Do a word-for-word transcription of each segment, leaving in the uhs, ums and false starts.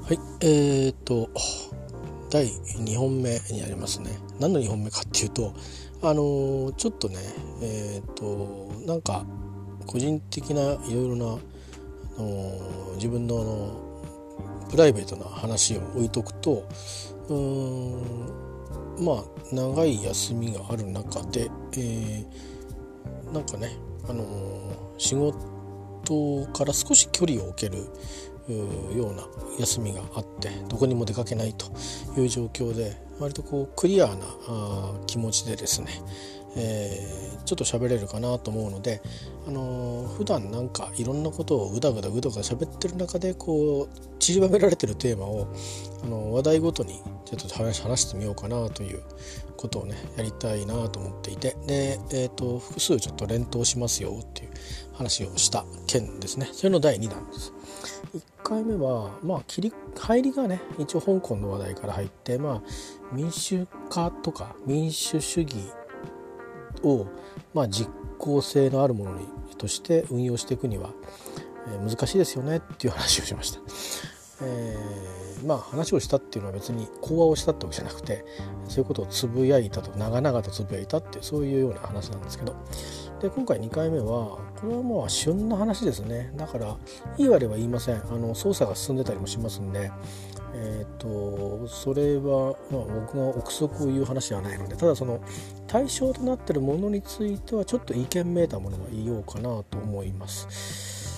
はい、えー、っとだいにほんめになりますね。何のにほんめかっていうと、あのー、ちょっとね、えー、っとなんか個人的ないろいろな、あのー、自分の、あのプライベートな話を置いとくと、うーんまあ長い休みがある中で、えー、なんかね、あのー、仕事から少し距離を置けるような休みがあって、どこにも出かけないという状況で、割とこうクリアな気持ちでですね、えー、ちょっと喋れるかなと思うので、あのー、普段なんかいろんなことをぐだぐだぐだぐだ喋ってる中でこう散りばめられてるテーマを、あのー、話題ごとにちょっと話話してみようかなということをねやりたいなと思っていて、で、えーと、複数ちょっと連投しますよっていう話をした件ですね。それのだいにだんです。いっかいめは、まあ、切り入りがね一応香港の話題から入って、まあ、民主化とか民主主義を、まあ、実効性のあるものにとして運用していくには、えー、難しいですよねっていう話をしました。えー、まあ話をしたっていうのは別に講話をしたってわけじゃなくて、そういうことをつぶやいたと、長々とつぶやいたっていう、そういうような話なんですけど、で今回にかいめはこれはまあ旬な話ですね。だからいい悪いは言いません。あの捜査が進んでたりもしますんで、えー、とそれは、まあ、僕が憶測を言う話ではないので、ただその対象となっているものについてはちょっと意見めいたものは言おうかなと思います。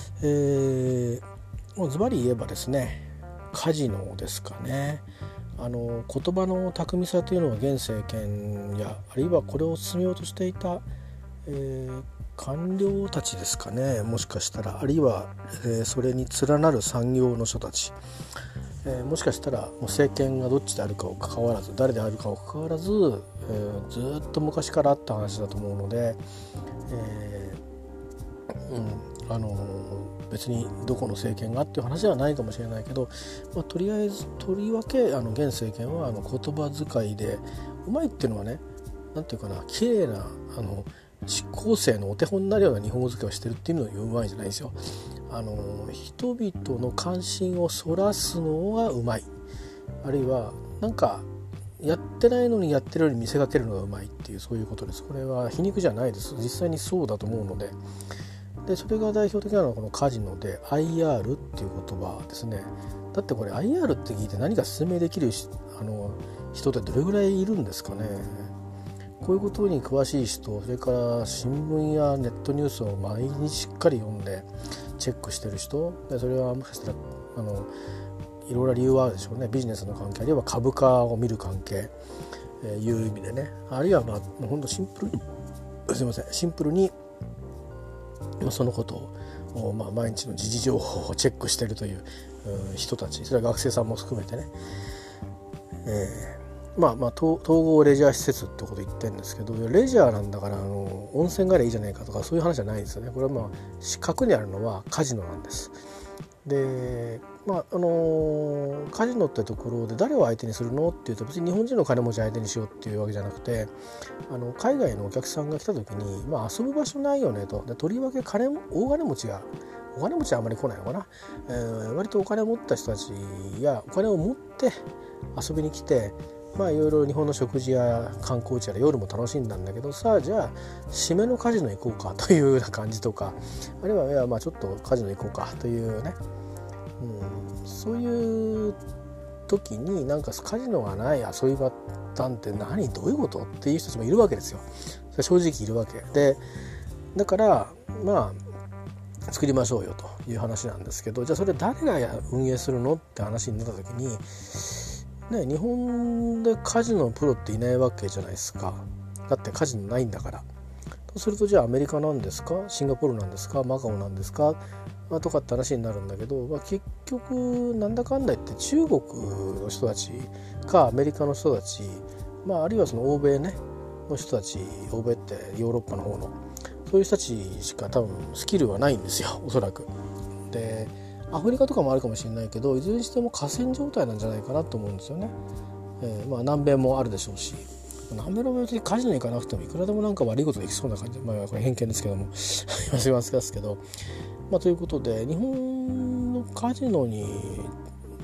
えー、もうズバリ言えばですね、カジノですかね。あの言葉の巧みさというのは現政権やあるいはこれを進めようとしていた、えー、官僚たちですかね、もしかしたら、あるいは、えー、それに連なる産業の人たち、えー、もしかしたらもう政権がどっちであるかを関わらず、誰であるかを関わらず、えー、ずっと昔からあった話だと思うので、えーうんあのー別にどこの政権がっていう話ではないかもしれないけど、まあ、とりあえずとりわけあの現政権はあの言葉遣いでうまいっていうのはね、なんていうかな、綺麗なあの執行生のお手本になるような日本語遣いをしてるっていうのがうまいじゃないですよ。あの人々の関心をそらすのがうまい、あるいはなんかやってないのにやってるように見せかけるのがうまいっていう、そういうことです。これは皮肉じゃないです。実際にそうだと思うので、でそれが代表的なのはこのカジノで アイアール っていう言葉ですね。だってこれ アイアール って聞いて何か説明できるあの人ってどれぐらいいるんですかね。こういうことに詳しい人、それから新聞やネットニュースを毎日しっかり読んでチェックしてる人で、それはもしかしたらあのいろいろ理由はあるでしょうね。ビジネスの関係、あるいは株価を見る関係、えー、いう意味でね、あるいはまあもうほんとシンプルにすいませんシンプルにそのことを、まあ、毎日の時事情報をチェックしているという人たち、それは学生さんも含めてね、えー、まあまあ統合レジャー施設ってこと言ってるんですけど、レジャーなんだからあの温泉があればいいじゃないかとかそういう話じゃないですよね。これはまあ四角にあるのはカジノなんです。でまああのー、カジノってところで誰を相手にするのっていうと、別に日本人の金持ち相手にしようっていうわけじゃなくて、あの海外のお客さんが来た時に、まあ、遊ぶ場所ないよねと。でとりわけ金大金持ちがお金持ちはあまり来ないのかな、えー、割とお金を持った人たちやお金を持って遊びに来て、まあいろいろ日本の食事や観光地や夜も楽しんだんだけど、さあじゃあ締めのカジノ行こうかというような感じとか、あるいはいやまあちょっとカジノ行こうかというね、うん、そういう時になんかカジノがない遊び場なんて何どういうことっていう人たちもいるわけですよ。それ正直いるわけで、だからまあ作りましょうよという話なんですけど、じゃあそれ誰が運営するのって話になった時にね、日本でカジノのプロっていないわけじゃないですか。だってカジノないんだから。とするとじゃあアメリカなんですか、シンガポールなんですか、マカオなんですか、まあ、とかって話になるんだけど、まあ、結局なんだかんだ言って中国の人たちかアメリカの人たち、まあ、あるいはその欧米ねの人たち、欧米ってヨーロッパの方のそういう人たちしか多分スキルはないんですよ、おそらく。でアフリカとかもあるかもしれないけど、いずれにしても河川状態なんじゃないかなと思うんですよね。えー、まあ南米もあるでしょうし、南米の別にカジノに行かなくてもいくらでもなんか悪いことできそうな感じ、まあこれ偏見ですけども言わせますけど、まあということで日本のカジノに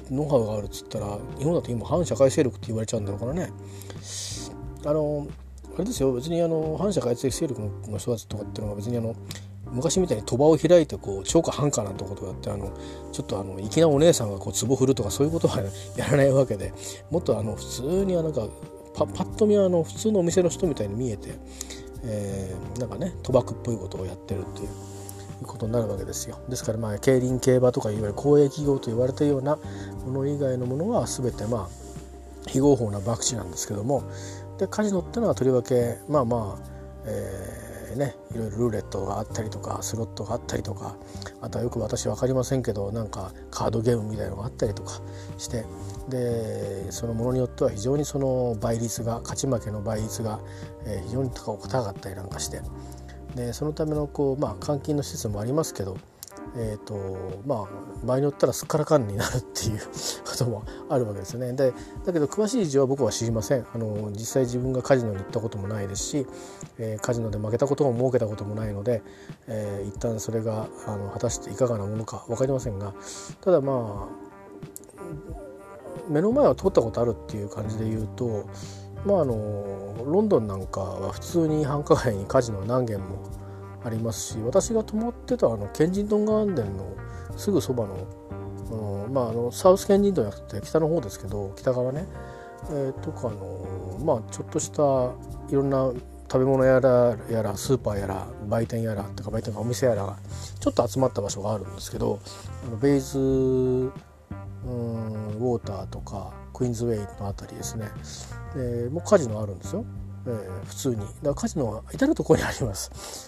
ノウハウがあるっつったら日本だと今反社会勢力って言われちゃうんだろうからね。あのあれですよ、別にあの反社会勢力の人たちとかっていうのは別にあの昔みたいに賭場を開いてこう超過半過なんてことをやってあのちょっとあの粋なお姉さんがこう壺振るとかそういうことはやらないわけで、もっとあの普通になんか パ, パッと見はあの普通のお店の人みたいに見えて、えー、なんかね賭博っぽいことをやってるっていうことになるわけですよ。ですからまあ競輪競馬とかいわゆる公営企業と言われたようなもの以外のものは全てまあ非合法な博打なんですけども、でカジノってのはとりわけまあまあ、えー、ねいろいろルーレットがあったりとかスロットがあったりとか、あとはよく私分かりませんけどなんかカードゲームみたいなのがあったりとかして、でそのものによっては非常にその倍率が勝ち負けの倍率が、えー、非常に高かったりなんかして、でそのためのこう、まあ、監禁の施設もありますけど、えーとまあ、場合によったらすっからかんになるっていうこともあるわけですよね。でだけど詳しい事情は僕は知りません。あの実際自分がカジノに行ったこともないですし、えー、カジノで負けたことも儲けたこともないので、えー、一旦それがあの果たしていかがなものか分かりませんが、ただまあ目の前を通ったことあるっていう感じで言うと、まあ、あのロンドンなんかは普通に繁華街にカジノは何軒もありますし、私が泊まってたあのケンジントンガーデンのすぐそばの、うんまあ、あのサウスケンジントンじゃなくて北の方ですけど北側ね、えー、とかの、まあ、ちょっとしたいろんな食べ物やらやらスーパーやら売店やらとか売店かお店やらがちょっと集まった場所があるんですけど、あのベイズうんウォーターとかクイーンズウェイのあたりですね、えー、もうカジノあるんですよ、えー、普通に。だからカジノは至る所にあります、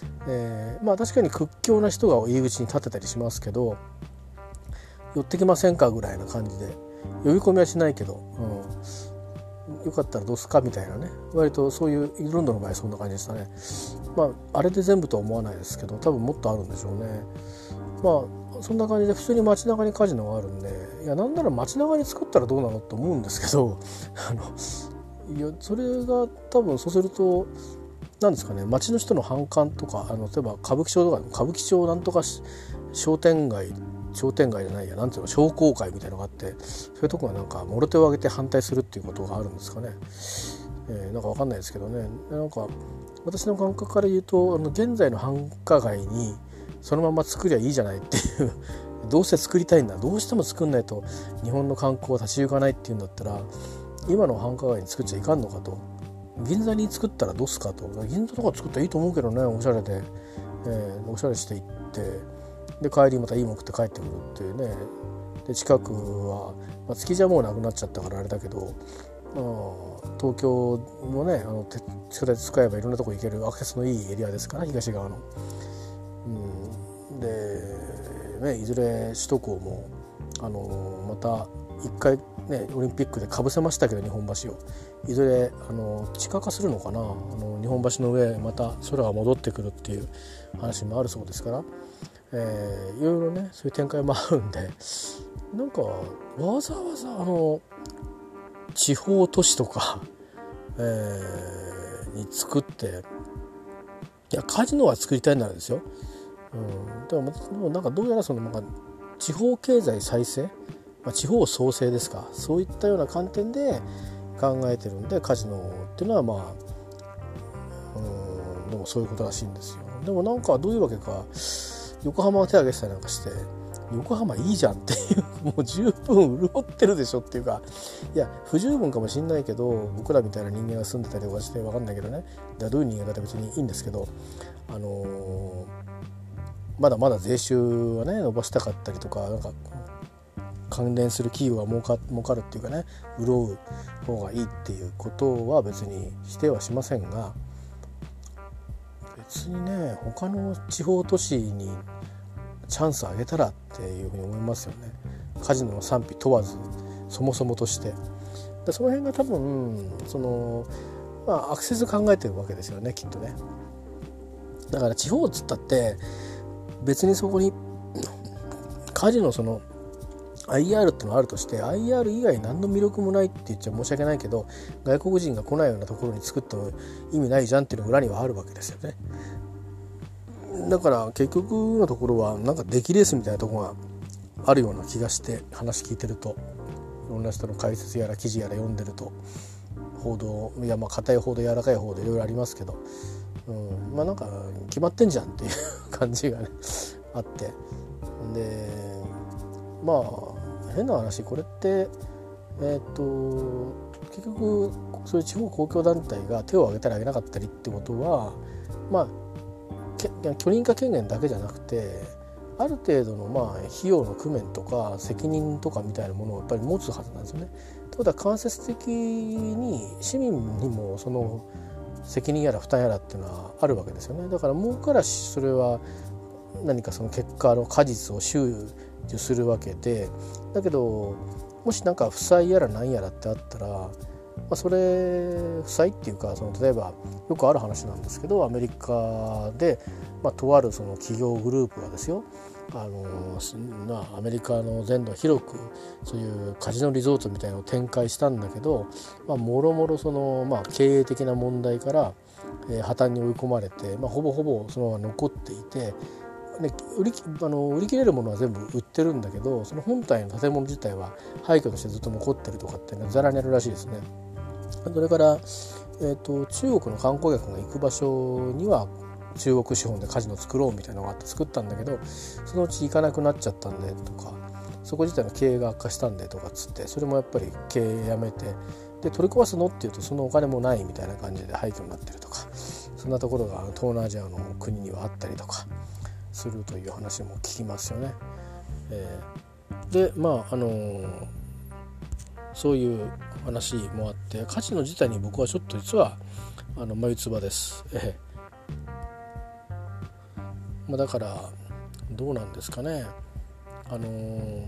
えー、まあ確かに屈強な人が入り口に立てたりしますけど、寄ってきませんかぐらいな感じで呼び込みはしないけど、うん、よかったらどうすかみたいなね、割とそういうロンドンの場合そんな感じでしたね。まああれで全部とは思わないですけど多分もっとあるんでしょうね。まあそんな感じで普通に街中にカジノがあるんで、いやなんなら街中に作ったらどうなのと思うんですけどあのいやそれが多分そうすると何ですかね、街の人の反感とか、あの例えば歌舞伎町とか歌舞伎町なんとか商店街商店街じゃないやなんていうの商工会みたいなのがあって、そういうとこがなんかもろ手を挙げて反対するっていうことがあるんですかね、えー、なんか分かんないですけどね。なんか私の感覚から言うとあの現在の繁華街にそのまま作りゃいいじゃないっていうどうせ作りたいんだ、どうしても作んないと日本の観光は立ち行かないっていうんだったら今の繁華街に作っちゃいかんのかと、銀座に作ったらどうすかと、銀座とか作ったらいいと思うけどね、おしゃれで、えー、おしゃれしていってで帰りまたいいもん食って帰ってくるっていうね。で近くは、まあ、築地はもうなくなっちゃったからあれだけど、まあ、東京のねあの地下鉄使えばいろんなとこ行けるアクセスのいいエリアですから東側の、うん、で、ね、いずれ首都高もあのまた一回ねオリンピックでかぶせましたけど日本橋をいずれあの地下化するのかな、あの日本橋の上また空が戻ってくるっていう話もあるそうですから、えー、いろいろねそういう展開もあるんで、なんかわざわざあの地方都市とか、えー、に作っていやカジノは作りたいならですよ、うん、でもでもなんかどうやらそのなんか地方経済再生、まあ、地方創生ですか、そういったような観点で考えてるんでカジノっていうのはまあうんでもそういうことらしいんですよ。でもなんかどういうわけか横浜が手を挙げてたりなんかして横浜いいじゃんっていうもう十分潤ってるでしょっていうか、いや不十分かもしんないけど僕らみたいな人間が住んでたりとかして分かんないけどね、どういう人間だって別にいいんですけど、あのー、まだまだ税収はね伸ばしたかったりとかなんか関連する企業が儲か、儲かるっていうかね潤う方がいいっていうことは別に否定はしませんが、別にね他の地方都市にチャンスあげたらっていうふうに思いますよね。カジノの賛否問わずそもそもとしてでその辺が多分その、まあ、アクセス考えてるわけですよねきっとね。だから地方っつったって別にそこにカジノその アイアール ってのがあるとして アイアール 以外何の魅力もないって言っちゃ申し訳ないけど外国人が来ないようなところに作っても意味ないじゃんっていうのが裏にはあるわけですよね。だから結局のところはなんか出来レースみたいなところがあるような気がして話聞いてると、 ろんな人の解説やら記事やら読んでると、報道いやまあ硬い報道柔らかい報道いろいろありますけど、うん、まあなんか決まってんじゃんっていう感じがねあって、でまあ変な話、これってえっと結局そういう地方公共団体が手を挙げたり挙げなかったりってことは、まあ許認可権限だけじゃなくて、ある程度のまあ費用の工面とか責任とかみたいなものをやっぱり持つはずなんですよね。ということは間接的に市民にもその責任やら負担やらっていうのはあるわけですよね。だから儲からしそれは何かその結果の果実を収受するわけで、だけどもしなんか負債やら何やらってあったら、まあ、それ負債っていうか、その例えばよくある話なんですけど、アメリカで、まあ、とあるその企業グループがですよ、あのまあ、アメリカの全土広くそういうカジノリゾートみたいなのを展開したんだけど、まあ、もろもろその、まあ、経営的な問題から、えー、破綻に追い込まれて、まあ、ほぼほぼそのまま残っていて、ね、売りあの売り切れるものは全部売ってるんだけど、その本体の建物自体は廃墟としてずっと残ってるとかっていうのはざらにあるらしいですね。それから、えーと、中国の観光客が行く場所には中国資本でカジノ作ろうみたいなのがあって作ったんだけど、そのうち行かなくなっちゃったんでとか、そこ自体の経営が悪化したんでとかっつって、それもやっぱり経営やめて、で取り壊すのっていうとそのお金もないみたいな感じで廃墟になってるとか、そんなところが東南アジアの国にはあったりとかするという話も聞きますよね。えー、でまああのー、そういう話もあって、カジノ自体に僕はちょっと実はあの眉唾です。えーまあ、だからどうなんですかね。あのー、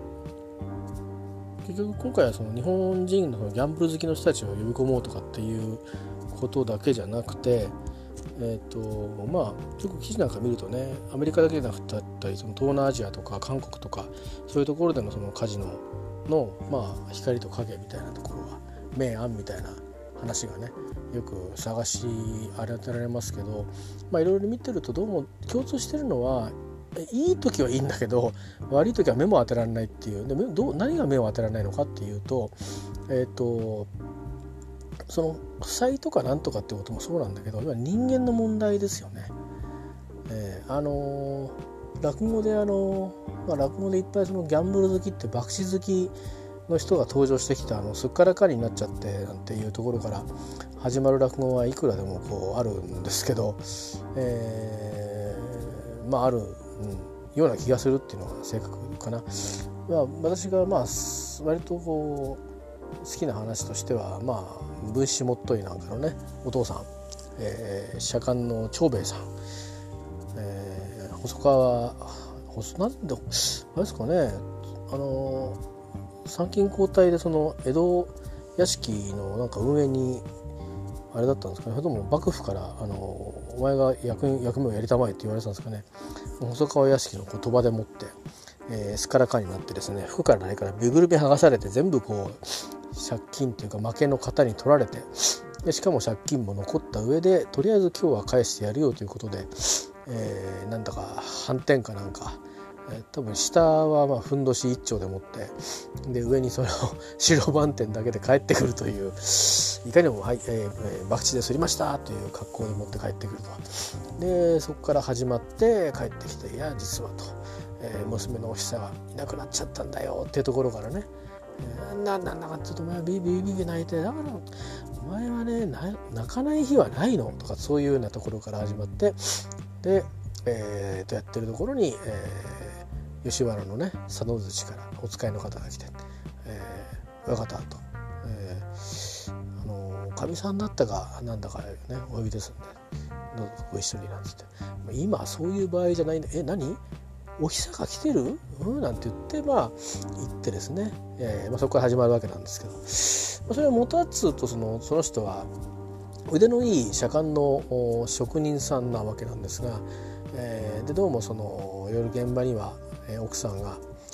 結局今回はその日本人のギャンブル好きの人たちを呼び込もうとかっていうことだけじゃなくて、えーとまあ、よく記事なんか見るとね、アメリカだけじゃなくてその東南アジアとか韓国とかそういうところでのそのカジノの、まあ、光と影みたいなところは明暗みたいな話がねよく探し当てられますけど、まあいろいろ見てるとどうも共通してるのは、いい時はいいんだけど悪い時は目も当てられないっていう。でどう何が目を当てられないのかっていうと、えっとその負債とかなんとかってこともそうなんだけど、要は人間の問題ですよね。えー、あのー、落語であのー、まあ、落語でいっぱいそのギャンブル好きって博打好きの人が登場してきた、あのすっからかりになっちゃってなんていうところから始まる落語はいくらでもこうあるんですけど、えー、まあある、うん、ような気がするっていうのが正確かな。まあ、私がまあ割とこう好きな話としては、まあ文枝元結なんかのねお父さん、えー、釈迦の長兵衛さん、えー、細川細なんであれですかね、あの参勤交代でその江戸屋敷のなんか運営にあれだったんですかね、それとも幕府からあのお前が 役, 役目をやりたまえって言われてたんですかね。細川屋敷の言葉でもって、えー、すからかになってですね、服から何から身ぐるみ剥がされて全部こう借金というか負けの型に取られて、でしかも借金も残った上でとりあえず今日は返してやるよということで、えー、なんだか反転かなんか、えー、多分下はまあふんどし一丁でもってで上にその白番店だけで帰ってくるという、いかにも、はいえー、博打ですりましたという格好で持って帰ってくると。でそこから始まって帰ってきて、いや実はと、えー、娘のお久がいなくなっちゃったんだよっていうところからね、えー、なんだなんだかちょっとお前はビビビビ泣いて、だからお前はね泣かない日はないのとか、そういうようなところから始まって、で、えー、とやってるところに、えー、吉原のね佐野槌からお使いの方が来て、えー、親方と、えー、あのかみさんだったかなんだかねお呼びですんでどうぞご一緒になんつって、今そういう場合じゃないんで、え何お久が来てる、うん、なんて言ってまあ言ってですね、えーまあ、そこから始まるわけなんですけど、まあ、それは元はつうとそのその人は腕のいい左官の職人さんなわけなんですが、えー、でどうもその夜現場には、えー、奥さんが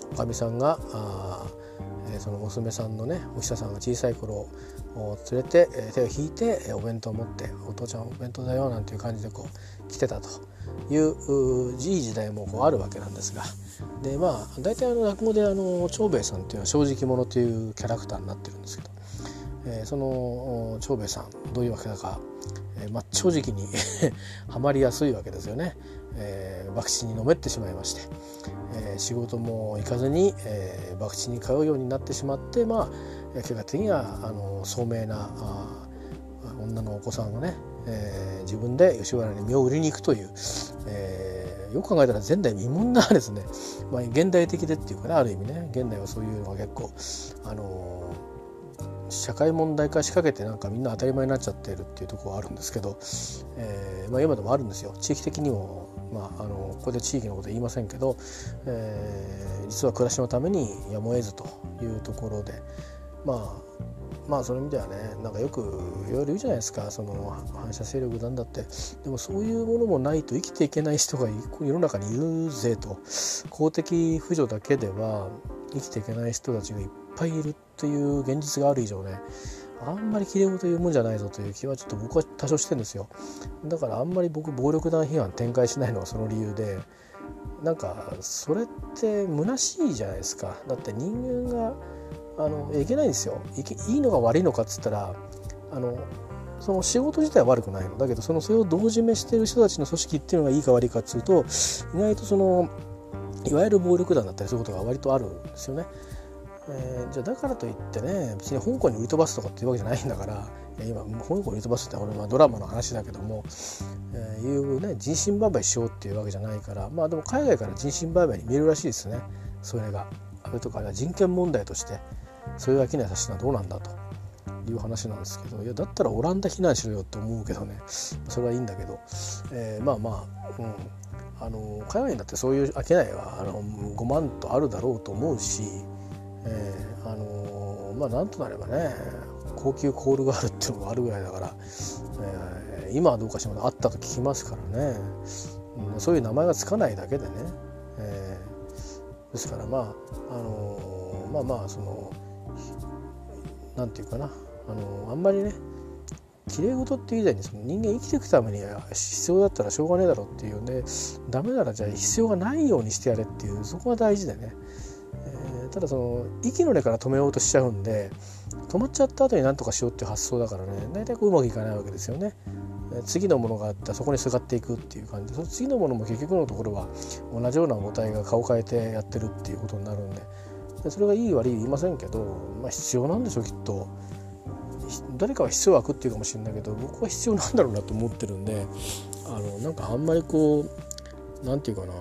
おかみさんがあ、えー、その娘さんのねお久さんが小さい頃を連れて、えー、手を引いて、えー、お弁当を持ってお父ちゃんお弁当だよなんていう感じでこう来てたといういい時代もこうあるわけなんですが、でまあ大体あの落語であの長兵衛さんっていうのは正直者というキャラクターになってるんですけど、えー、その長兵衛さんどういうわけだか、えー、真っ正直にはまりやすいわけですよね。えー、博打にのめってしまいまして、えー、仕事も行かずに、えー、博打に通うようになってしまって、まあ結果的にはあの聡明なあ女のお子さんがね、えー、自分で吉原に身を売りに行くという、えー、よく考えたら前代未聞なですね、まあ、現代的でっていうかね、ある意味ね現代はそういうのが結構あのー、社会問題化しかけてなんかみんな当たり前になっちゃっているっていうところはあるんですけど、えーまあ、今でもあるんですよ。地域的にも、まあ、あのここで地域のことは言いませんけど、えー、実は暮らしのためにやむを得ずというところで、まあまあその意味ではね、なんかよくいろいろ言うじゃないですか、その反射勢力なんだって。でもそういうものもないと生きていけない人が世の中にいるぜと、公的扶助だけでは生きていけない人たちがいっぱいいるっていう現実がある以上ね、あんまりきれい事言うもんじゃないぞという気はちょっと僕は多少してるんですよ。だからあんまり僕暴力団批判展開しないのはその理由で、なんかそれって虚しいじゃないですか。だって人間があのいけないんですよ。いけいいのか悪いのかっつったら、あのその仕事自体は悪くないのだけど、そのそれを同時めしている人たちの組織っていうのがいいか悪いかっつうと、意外とそのいわゆる暴力団だったりすることが割とあるんですよね。えー、じゃあだからといってね、別に香港に売り飛ばすとかっていうわけじゃないんだから、今香港に売り飛ばすって俺はドラマの話だけども、えー、いうね人身売買しようっていうわけじゃないから、まあでも海外から人身売買に見えるらしいですね。それがあれとか人権問題としてそういう商いさせたのはどうなんだという話なんですけど、いやだったらオランダ避難しろよと思うけどね、それはいいんだけど、えー、まあまあ、うん、あの海外にだってそういう商いはあのごまんとあるだろうと思うし、えー、あのまあなんとなればね高級コールがあるっていうのがあるぐらいだから、えー、今はどうかしらあったと聞きますからね、うん、そういう名前がつかないだけでね、えー、ですからまああのー、まあまあそのなんていうかな、あのー、あんまりねきれい事っていう以前にその人間生きていくために必要だったらしょうがねえだろっていうね、ダメならじゃあ必要がないようにしてやれっていう、そこが大事でね、えー、ただその息の根から止めようとしちゃうんで、止まっちゃった後に何とかしようっていう発想だからね、大体こううまくいかないわけですよね。次のものがあったらそこにすがっていくっていう感じで、その次のものも結局のところは同じような母体が顔変えてやってるっていうことになるんで、でそれがいい悪い言いませんけど、まあ、必要なんでしょうきっと。誰かは必要悪っていうかもしれないけど、僕は必要なんだろうなと思ってるんで、あのなんかあんまりこうなんていうかな、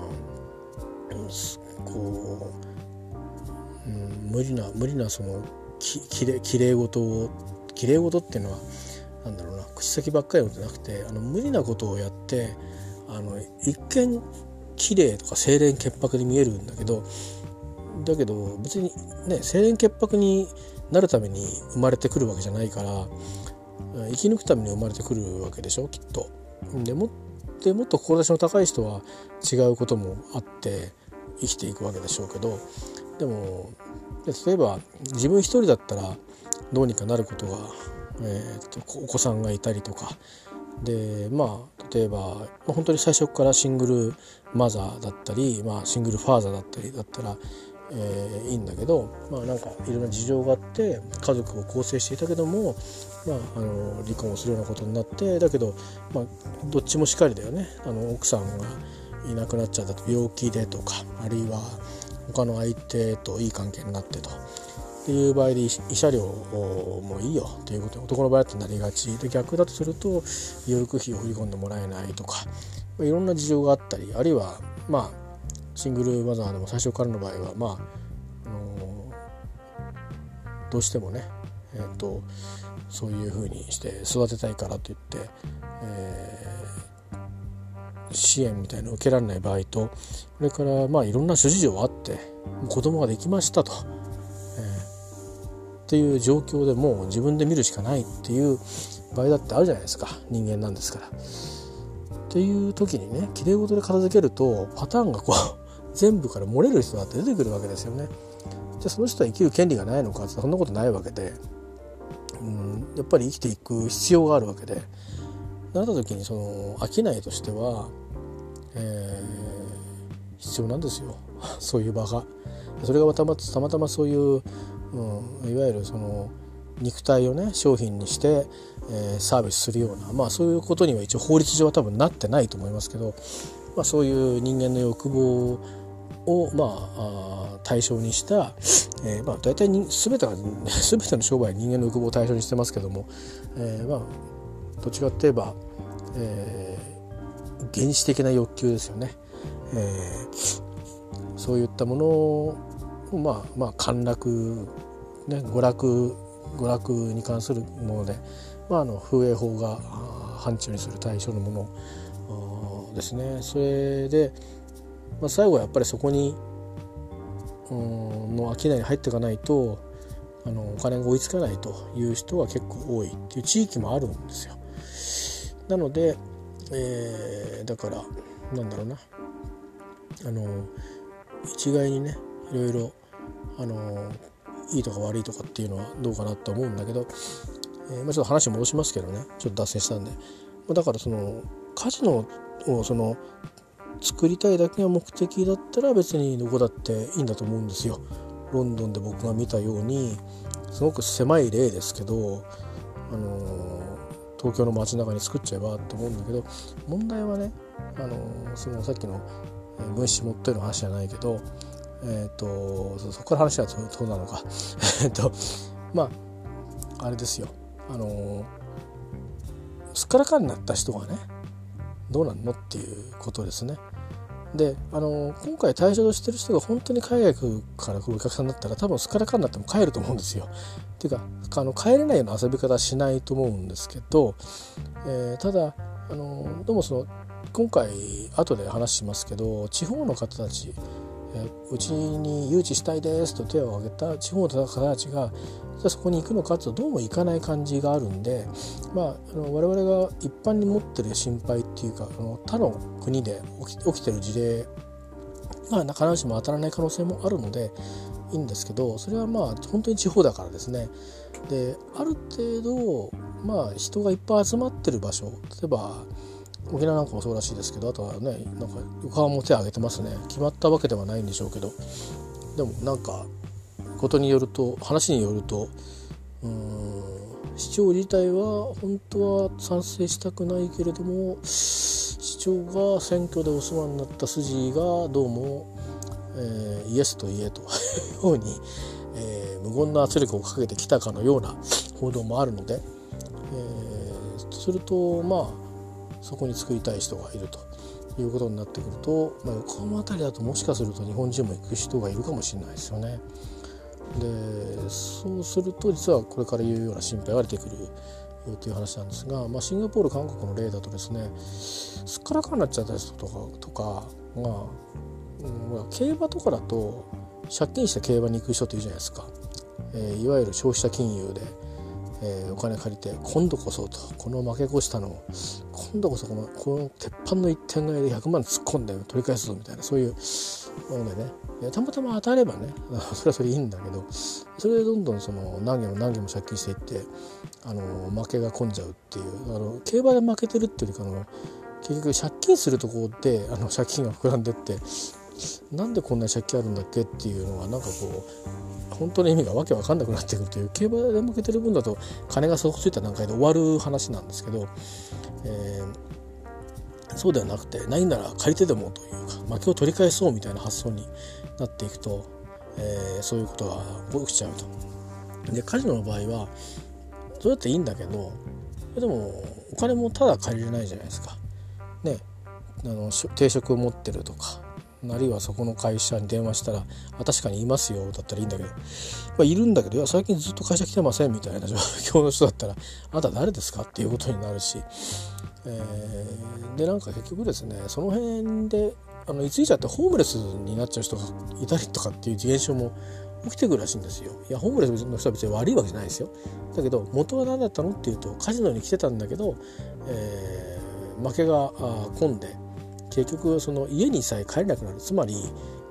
こう、うん、無理な無理なそのききれきれい事をきれい事っていうのはなんだろうな、口先ばっかりのじゃなくて、あの無理なことをやってあの一見きれいとか清廉潔白に見えるんだけど、だけど別にね清廉潔白になるために生まれてくるわけじゃないから、生き抜くために生まれてくるわけでしょきっと。でもでもっと志の高い人は違うこともあって生きていくわけでしょうけど、でも例えば自分一人だったらどうにかなることが、えー、とお子さんがいたりとかで、まあ例えば本当に最初からシングルマザーだったり、まあ、シングルファーザーだったりだったらえー、いいんだけど、まあなんかいろんな事情があって家族を構成していたけども、まあ、あの離婚をするようなことになって、だけど、まあ、どっちもしっかりだよね。あの奥さんがいなくなっちゃったと、病気でとか、あるいは他の相手といい関係になってとっていう場合で慰謝料もいいよということで男の場合だとなりがちで、逆だとすると養育費を振り込んでもらえないとか、まあ、いろんな事情があったり、あるいはまあシングルマザーでも最初からの場合は、まああのー、どうしてもね、えーと、そういうふうにして育てたいからといって、えー、支援みたいなのを受けられない場合と、それからまあいろんな諸事情があってもう子供ができましたと、えー、っていう状況でもう自分で見るしかないっていう場合だってあるじゃないですか、人間なんですから。っていう時にね、きれい事で片付けるとパターンがこう全部から漏れる人だって出てくるわけですよね。じゃあその人は生きる権利がないのかってそんなことないわけで、うん、やっぱり生きていく必要があるわけで、なった時にその商いとしては、えー、必要なんですよそういう場が。それがたまたまたまそういう、うん、いわゆるその肉体をね商品にして、えー、サービスするような、まあそういうことには一応法律上は多分なってないと思いますけど、まあ、そういう人間の欲望を、まあ、あ対象にした、えーまあ、大体に全てが全ての商売は人間の欲望を対象にしてますけども、えーまあ、どっちかといえば、えー、原始的な欲求ですよね。えー、そういったものを、まあまあ、陥落、ね、娯楽娯楽に関するもので、まあ、あの風営法が範疇にする対象のものですね。それで、まあ、最後はやっぱりそこにうんの商いに入っていかないとあのお金が追いつかないという人は結構多いっていう地域もあるんですよ。なので、えー、だからなんだろうなあの一概にねいろいろあのいいとか悪いとかっていうのはどうかなと思うんだけど、えーまあ、ちょっと話戻しますけどね、ちょっと脱線したんで、だからそのカジノをその作りたいだけが目的だったら別にどこだっていいんだと思うんですよ。ロンドンで僕が見たようにすごく狭い例ですけど、あのー、東京の街中に作っちゃえばと思うんだけど、問題はね、あのー、そのさっきの分子持ってる話じゃないけど、えー、とそこから話はどうなのかえっとまああれですよ、あのー、すっからかんになった人がねどうなんのっていうことですね。で、あのー、今回対象としてる人が本当に海外から来るお客さんだったら多分すっからかんになっても帰ると思うんですよ。っていうかあの帰れないような遊び方はしないと思うんですけど、えー、ただ、あのー、どうもその今回後で話しますけど地方の方たち、うちに誘致したいですと手を挙げた地方の方たちがじゃあそこに行くのかとどうも行かない感じがあるんで、まあ、あの我々が一般に持ってる心配っていうかあの他の国で起き、起きてる事例が必ずしも当たらない可能性もあるのでいいんですけど、それはまあ本当に地方だからですね。である程度、まあ、人がいっぱい集まってる場所、例えば沖縄なんかもそうらしいですけど、あとはねなんか横浜も手を挙げてますね。決まったわけではないんでしょうけど、でもなんかことによると話によるとうーん市長自体は本当は賛成したくないけれども市長が選挙でお世話になった筋がどうも、えー、イエスと言えというように、えー、無言の圧力をかけてきたかのような報道もあるので、えー、とするとまあそこに作りたい人がいるということになってくると、まあ、横浜あたりだともしかすると日本人も行く人がいるかもしれないですよね。でそうすると実はこれから言うような心配が出てくるという話なんですが、まあ、シンガポール韓国の例だとですねすっからかんになっちゃった人とかとかが、うん、競馬とかだと借金して競馬に行く人っているじゃないですか、えー、いわゆる消費者金融でえー、お金借りて今度こそとこの負け越したのを今度こそこのこの鉄板の一点買いでひゃくまん突っ込んで取り返すぞみたいなそういうものでね、たまたま当たればねそれはそれいいんだけど、それでどんどんその何件も何件も借金していってあの負けが込んじゃうっていう、あの競馬で負けてるっていうかあの結局借金するところであの借金が膨らんでってなんでこんなに借金あるんだっけっていうのはなんかこう本当の意味がわけわかんなくなってくるという、競馬で負けてる分だと金が底ついた段階で終わる話なんですけど、えー、そうではなくてないなら借りてでもというか負けを取り返そうみたいな発想になっていくと、えー、そういうことが起きちゃうと。でカジノの場合はそうやっていいんだけどでもお金もただ借りれないじゃないですかね。あの定職を持ってるとかあるいはそこの会社に電話したらあ確かにいますよだったらいいんだけど、まあ、いるんだけどいや最近ずっと会社来てませんみたいな状況の人だったらあなた誰ですかっていうことになるし、えー、でなんか結局ですねその辺であの居ついちゃってホームレスになっちゃう人がいたりとかっていう現象も起きてくるらしいんですよ。いやホームレスの人は別に悪いわけじゃないですよ。だけど元は何だったのっていうとカジノに来てたんだけど、えー、負けが込んで結局その家にさえ帰れなくなる。つまり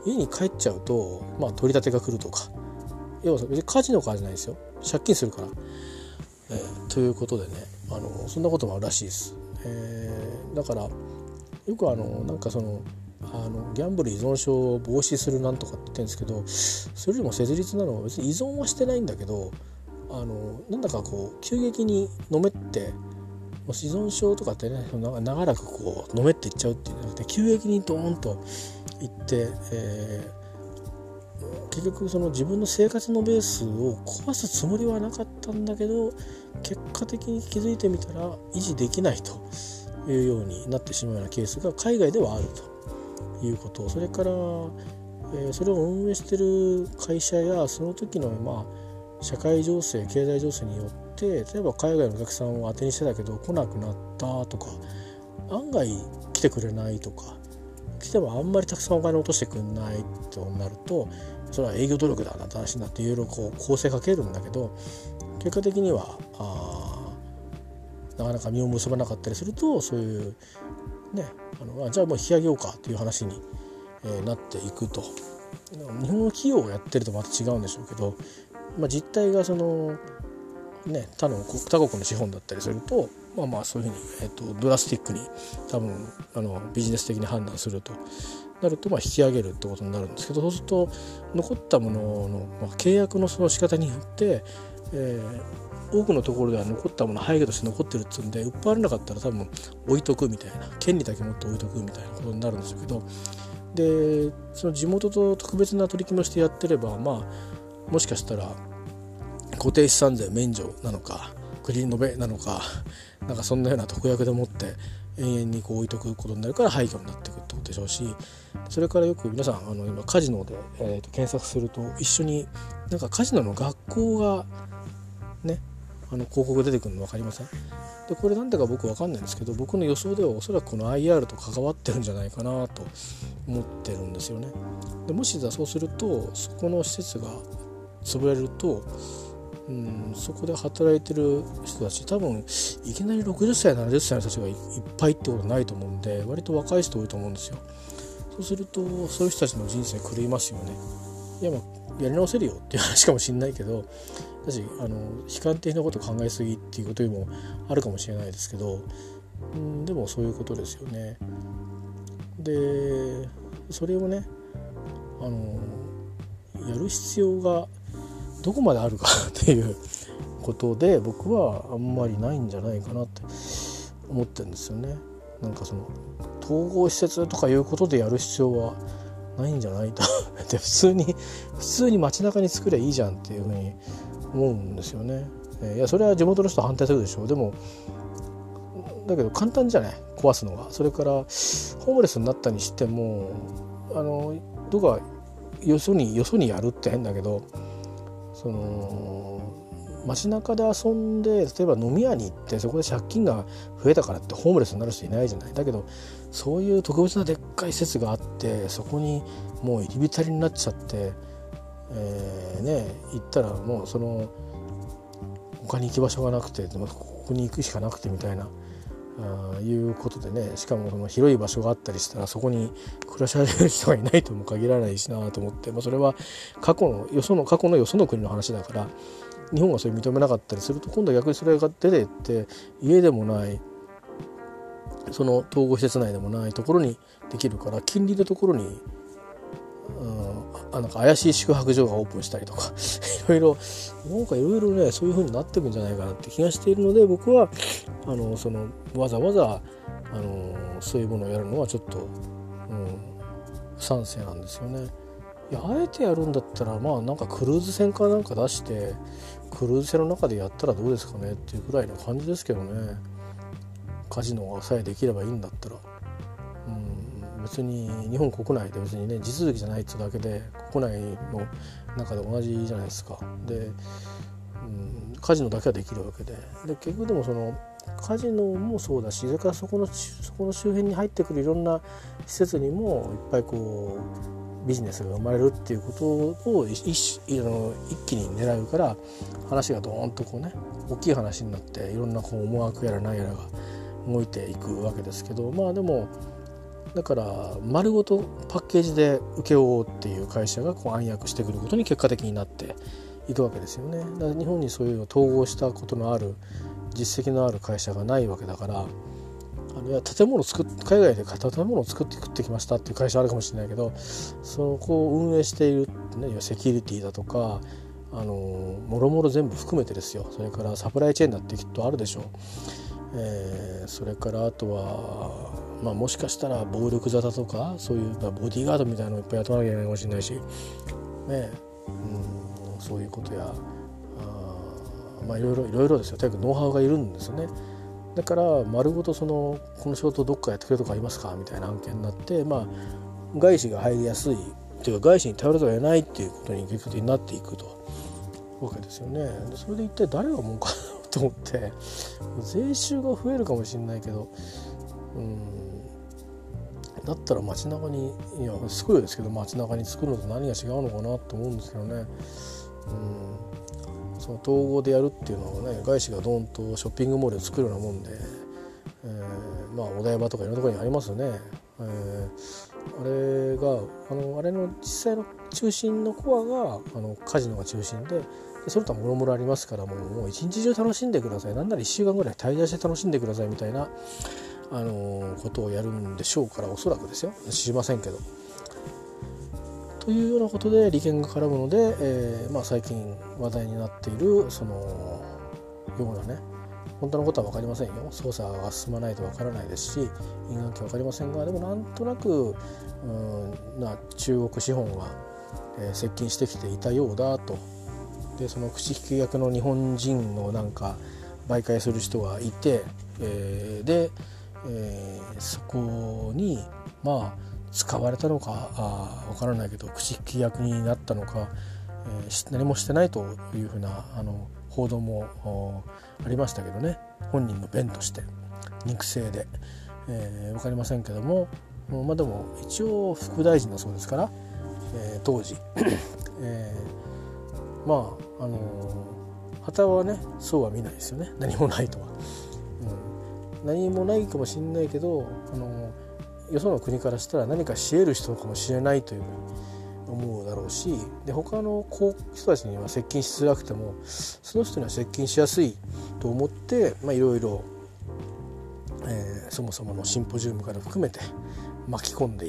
家に帰っちゃうと、まあ、取り立てが来るとか、要は別に火事のからじゃないですよ、借金するから、えー、ということでね、あのそんなこともあるらしいです。えー、だからよくあのなんかそのあのギャンブル依存症を防止するなんとかって言ってるんですけど、それよりも切実なのは別に依存はしてないんだけど、あのなんだかこう急激にのめって、依存症とかってね長らくこうのめっていっちゃうっていうんじゃなくて、急激にドーンといって、えー、結局その自分の生活のベースを壊すつもりはなかったんだけど、結果的に気づいてみたら維持できないというようになってしまうようなケースが海外ではあるということ、それから、えー、それを運営している会社やその時のまあ社会情勢経済情勢によって、例えば海外のお客さんを当てにしてたけど来なくなったとか、案外来てくれないとか、来てもあんまりたくさんお金落としてくんないとなると、それは営業努力だなって話になっていろいろこう構成かけるんだけど、結果的にはあなかなか実を結ばなかったりすると、そういうね、あのじゃあもう引き上げようかという話に、えー、なっていくと。日本の企業をやってるとまた違うんでしょうけど、まあ、実態がそのね、他の他国の資本だったりすると、まあまあそういうふうに、えー、とドラスティックに多分あのビジネス的に判断するとなると、まあ引き上げるってことになるんですけど、そうすると残ったものの、まあ、契約のその仕方によって、えー、多くのところでは残ったもの廃棄として残ってるっていうんで、売っ払われなかったら多分置いとくみたいな、権利だけ持って置いとくみたいなことになるんですけど、でその地元と特別な取り決めをしてやってれば、まあもしかしたら固定資産税免除なのか国延べなのか、なんかそんなような特約でもって永遠にこう置いとくことになるから廃墟になっていくってことでしょうし、それからよく皆さんあの今カジノで、えー、と検索すると一緒になんかカジノの学校がね、あの広告出てくるの分かりません？でこれなんでか僕分かんないんですけど、僕の予想ではおそらくこの アイアール と関わってるんじゃないかなと思ってるんですよね。でもしそうするとそこの施設が潰れると、うん、そこで働いてる人たち多分いきなりろくじゅっさいななじゅっさいの人たちがいっぱいってことはないと思うんで、割と若い人多いと思うんですよ。そうするとそういう人たちの人生狂いますよね。いやまあやり直せるよっていう話かもしれないけど、私あの悲観的なこと考えすぎっていうことにもあるかもしれないですけど、うん、でもそういうことですよね。でそれをねあのやる必要がどこまであるかっていうことで、僕はあんまりないんじゃないかなって思ってるんですよね。なんかその統合施設とかいうことでやる必要はないんじゃないとで普通に普通に街中に作ればいいじゃんっていうふうに思うんですよね。いやそれは地元の人は反対するでしょう。でもだけど簡単じゃない壊すのが。それからホームレスになったにしてもあのどこかよそによそにやるって変だけど、その街中で遊んで例えば飲み屋に行ってそこで借金が増えたからってホームレスになる人いないじゃない。だけどそういう特別なでっかい施設があってそこにもう入り浸りになっちゃって、えー、ね行ったらもうその他に行き場所がなくてここに行くしかなくてみたいなあいうことでね、しかもその広い場所があったりしたらそこに暮らし始める人がいないとも限らないしなと思って、まあ、それは過去のよその過去のよその国の話だから、日本がそれ認めなかったりすると今度は逆にそれが出てって家でもないその統合施設内でもないところにできるから、近隣のところに、うん、あなんか怪しい宿泊所がオープンしたりとかいろいろなんかいろいろねそういう風になっていくんじゃないかなって気がしているので、僕はあのそのわざわざあのそういうものをやるのはちょっと、うん、不賛成なんですよね。いやあえてやるんだったらまあなんかクルーズ船かなんか出してクルーズ船の中でやったらどうですかねっていうくらいの感じですけどね。カジノがさえできればいいんだったら、うん、別に日本国内で別にね地続きじゃないってだけで国内の中で同じじゃないですか。で、うん、カジノだけはできるわけで、で結局でもそのカジノもそうだし、それからそこのそこの周辺に入ってくるいろんな施設にもいっぱいこうビジネスが生まれるっていうことを一, 一, あの一気に狙うから話がドーンとこうね大きい話になっていろんなこう思惑やら何やらが動いていくわけですけど、まあでもだから丸ごとパッケージで請け負おうっていう会社がこう暗躍してくることに結果的になっていくわけですよね。だから日本にそういうのを統合したことのある実績のある会社がないわけだから、あのいや建物を作っ海外で建物を作って食ってきましたっていう会社あるかもしれないけど、そこを運営している、ね、セキュリティだとかあのもろもろ全部含めてですよ。それからサプライチェーンだってきっとあるでしょう。えー、それからあとは、まあ、もしかしたら暴力沙汰とかそういうボディーガードみたいなのをいっぱい雇わなきゃいけないかもしれないし、ね、うん、そういうことやあ、まあ、いろいろいろいろですよ。とにかくノウハウがいるんですよね。だから丸ごとそのこの仕事どっかやってくれるとかありますかみたいな案件になって、まあ、外資が入りやすいというか外資に頼るとは言えないっていうことに結局的になっていくとわけですよね。でそれで一体誰が儲かるのと思って、税収が増えるかもしれないけど、うん、だったら街中にいやすごいですけど街中に作るのと何が違うのかなと思うんですけどね。うん、その統合でやるっていうのはね、外資がドーンとショッピングモールを作るようなもんで、えー、まあお台場とかいろんなところにありますよね。えー、あれがあのあれの実際の中心のコアがあのカジノが中心で、でそれとはもろもろありますから、もうもう一日中楽しんでください、なんならいっしゅうかんぐらい滞在して楽しんでくださいみたいな、あのー、ことをやるんでしょうから、おそらくですよ、知りませんけど。というようなことで利権が絡むので、えーまあ、最近話題になっているそのようなね、本当のことは分かりませんよ。捜査が進まないと分からないですし、因果関係分かりませんが、でもなんとなくうんな中国資本が、えー、接近してきていたようだと。でその口利き役の日本人のなんか媒介する人がいて、えー、で、えー、そこにまあ使われたのかあ分からないけど口利き役になったのか、えー、何もしてないというふうなあの報道もありましたけどね。本人の弁として肉声で、えー、分かりませんけども、まあ、でも一応副大臣だそうですから、えー、当時、えー、まああのー、旗はねそうは見ないですよね。何もないとは、うん、何もないかもしれないけど、あのー、よその国からしたら何かし得る人かもしれないというふうに思うだろうし、で他の人たちには接近しづらくてもその人には接近しやすいと思って、まあ、いろいろ、えー、そもそものシンポジウムから含めて巻き込んでいって、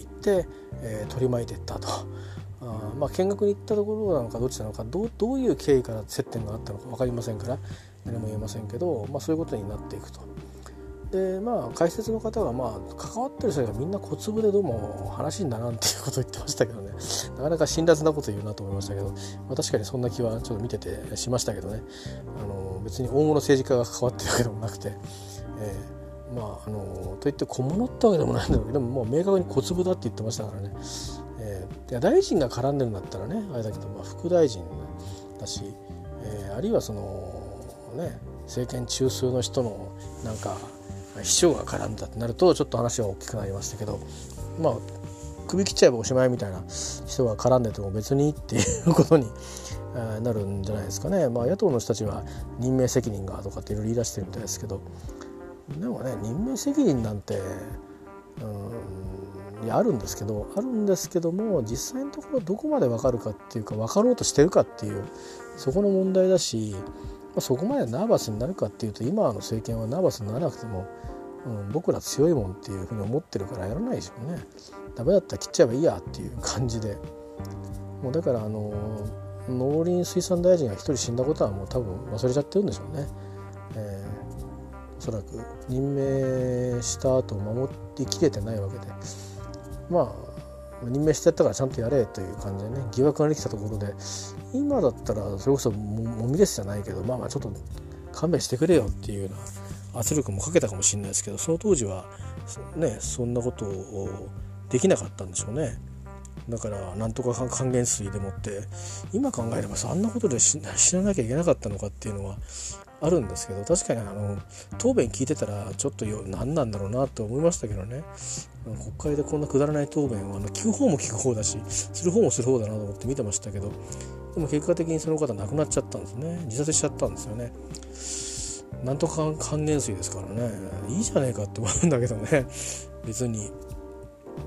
えー、取り巻いていったと。あまあ、見学に行ったところなのかどっちなのか どう、どういう経緯から接点があったのか分かりませんから何も言えませんけど、まあ、そういうことになっていくと。でまあ解説の方がまあ関わってる人がみんな小粒でどうも話んだなっていうことを言ってましたけどね、なかなか辛辣なこと言うなと思いましたけど、まあ、確かにそんな気はちょっと見ててしましたけどね。あの別に大物政治家が関わってるわけでもなくて、えー、まああのといって小物ってわけでもないんだけど、でももう明確に小粒だって言ってましたからね。えー、大臣が絡んでるんだったらねあれだけど、まあ、副大臣だし、えー、あるいはそのね政権中枢の人のなんか秘書が絡んだってなるとちょっと話は大きくなりましたけど、まあ首切っちゃえばおしまいみたいな人が絡んでても別にっていうことになるんじゃないですかね。まあ野党の人たちは任命責任がとかっていろいろ言い出してるみたいですけど、でもね任命責任なんてうんいやあるんですけどあるんですけども実際のところどこまで分かるかっていうか分かろうとしてるかっていうそこの問題だし、まあ、そこまでナーバスになるかっていうと今の政権はナーバスにならなくても、うん、僕ら強いもんっていうふうに思ってるからやらないでしょうね。ダメだったら切っちゃえばいいやっていう感じで、もうだからあの農林水産大臣が一人死んだことはもう多分忘れちゃってるんでしょうね。えー、おそらく任命した後守りきれてないわけで、まあ任命してやったからちゃんとやれという感じでね疑惑ができたところで、今だったらそれこそももみですじゃないけどまあまあちょっと勘弁してくれよっていうような圧力もかけたかもしれないですけど、その当時はねそんなことをできなかったんでしょうね。だからなんとか還元水でもって今考えればあんなことで知らなきゃいけなかったのかっていうのはあるんですけど、確かにあの答弁聞いてたらちょっとよ何なんだろうなと思いましたけどね。国会でこんなくだらない答弁はあの聞く方も聞く方だしする方もする方だなと思って見てましたけど、でも結果的にその方亡くなっちゃったんですね。自殺しちゃったんですよね。なんとか還元水ですからね、いいじゃねえかって思うんだけどね別に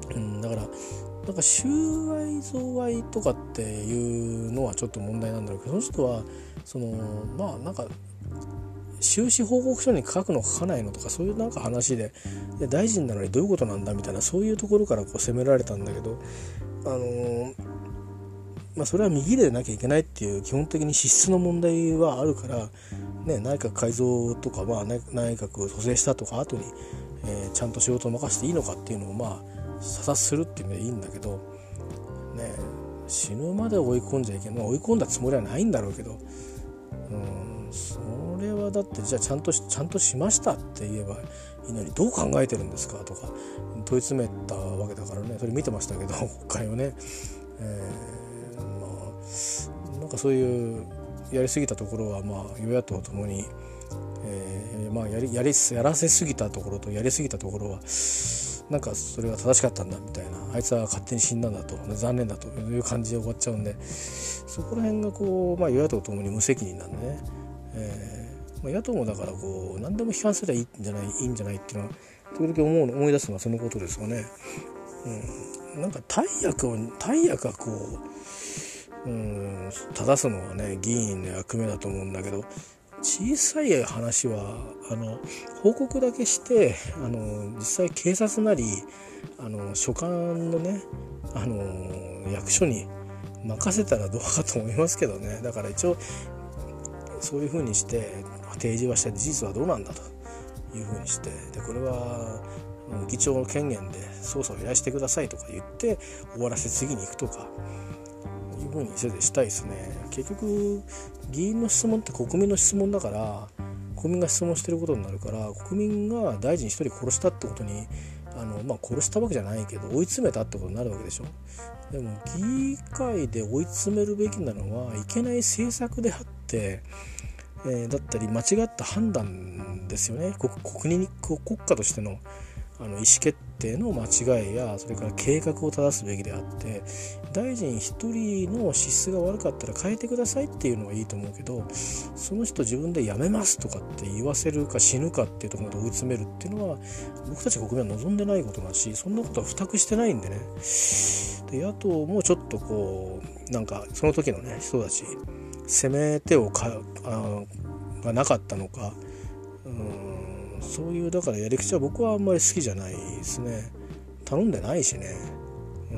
だからなんか収賄贈賄とかっていうのはちょっと問題なんだろうけど、その人はそのまあなんか収支報告書に書くの書かないのとかそういうなんか話で、で大臣なのにどういうことなんだみたいな、そういうところからこう責められたんだけど、あのーまあ、それは右でなきゃいけないっていう基本的に資質の問題はあるから、ね、内閣改造とか、まあ、内閣蘇生したとか後に、えー、ちゃんと仕事を任せていいのかっていうのをまあ査察するっていうのでいいんだけど、ね、死ぬまで追い込んじゃいけない、追い込んだつもりはないんだろうけど、うん、それはだってじゃあちゃんとちゃんとしましたって言えばいいのに、どう考えてるんですかとか問い詰めたわけだからね。それ見てましたけど国会をね、えー、まあなんかそういうやりすぎたところはまあ与野党ともに、えー、まあやりやりやらせすぎたところとやりすぎたところはなんかそれが正しかったんだみたいな、あいつは勝手に死んだんだと、残念だという感じで終わっちゃうんで、そこら辺がこう、まあ、与野党ともに無責任なんでね、えーまあ、野党もだからこう何でも批判すればいいんじゃないいいんじゃないっていうのは時々思う思い出すのはそのことですよね。うん、なんか大役を大役がこう、うん、正すのはね議員の役目だと思うんだけど、小さい話はあの報告だけしてあの実際警察なりあの所管のねあの役所に任せたらどうかと思いますけどね。だから一応そういうふうにして提示はして事実はどうなんだというふうにして、でこれは議長の権限で捜査を依頼してくださいとか言って終わらせ次に行くとかいうふうにせでしたいですね。結局議員の質問って国民の質問だから、国民が質問してることになるから、国民が大臣一人殺したってことにあの、まあ、殺したわけじゃないけど追い詰めたってことになるわけでしょ。でも議会で追い詰めるべきなのはいけない政策であって、えー、だったり間違った判断ですよね。 国, 国, 国家としてのあの意思決定の間違いやそれから計画を正すべきであって、大臣一人の資質が悪かったら変えてくださいっていうのはいいと思うけど、その人自分で辞めますとかって言わせるか死ぬかっていうところまで追い詰めるっていうのは僕たち国民は望んでないことだし、そんなことは付託してないんでね。で野党もちょっとこうなんかその時のね人たち攻め手をかあがなかったのか、うーんそういうだからやり口は僕はあんまり好きじゃないですね。頼んでないしね、うん、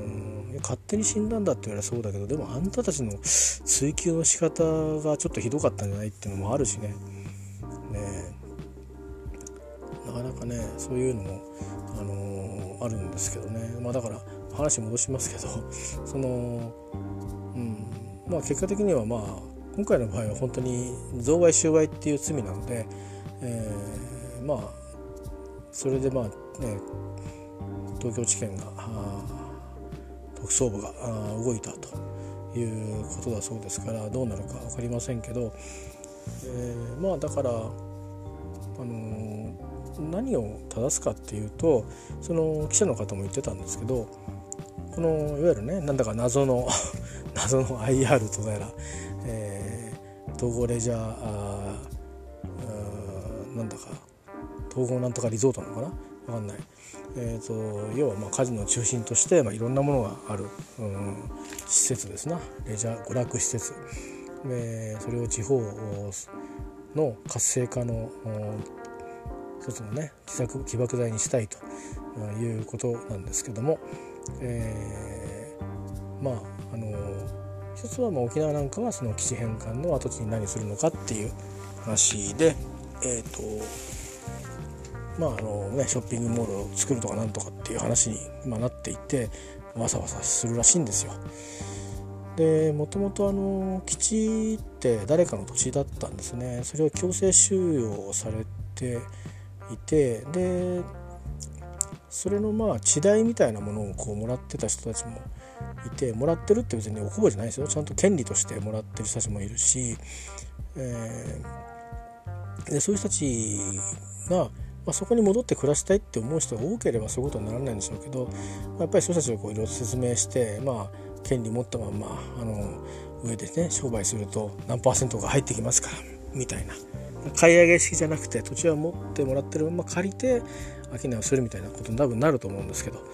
勝手に死んだんだって言われそうだけど、でもあんたたちの追及の仕方がちょっとひどかったんじゃないっていうのもあるしね。ねなかなかねそういうのも、あのー、あるんですけどね。まあだから話戻しますけどその、うんまあ、結果的にはまあ今回の場合は本当に贈賄収賄っていう罪なので、えー、まあそれでまあね東京地検が特捜部が動いたということだそうですから、どうなるか分かりませんけど、えー、まあだから、あのー、何を正すかっていうと、その記者の方も言ってたんですけど、このいわゆるねなんだか謎の謎の アイアール とやら、えー、統合レジャーあーなんだか統合なんとかリゾートなのかな分かんない、えー、と要はまあカジノを中心として、まあ、いろんなものがある、うん、施設ですな、レジャー娯楽施設で、それを地方の活性化の一つのね起爆剤にしたいということなんですけども、えー、まああの一つはまあ沖縄なんかはその基地返還の跡地に何するのかっていう話で、えーとまああのね、ショッピングモールを作るとかなんとかっていう話に、まあ、なっていてわさわさするらしいんですよ。でもともとあの基地って誰かの土地だったんですね。それを強制収容されていて、でそれのまあ地代みたいなものをこうもらってた人たちもいて、もらってるって別におこぼれじゃないですよ、ちゃんと権利としてもらってる人たちもいるし、えー、でそういう人たちがまあ、そこに戻って暮らしたいって思う人が多ければそういうことにならないんでしょうけど、やっぱりそういう人たちをこういろいろ説明して、まあ、権利持ったままあの上でね商売すると何パーセントが入ってきますからみたいな、買い上げ式じゃなくて土地は持ってもらってるまま借りて商いをするみたいなことに多分なると思うんですけど、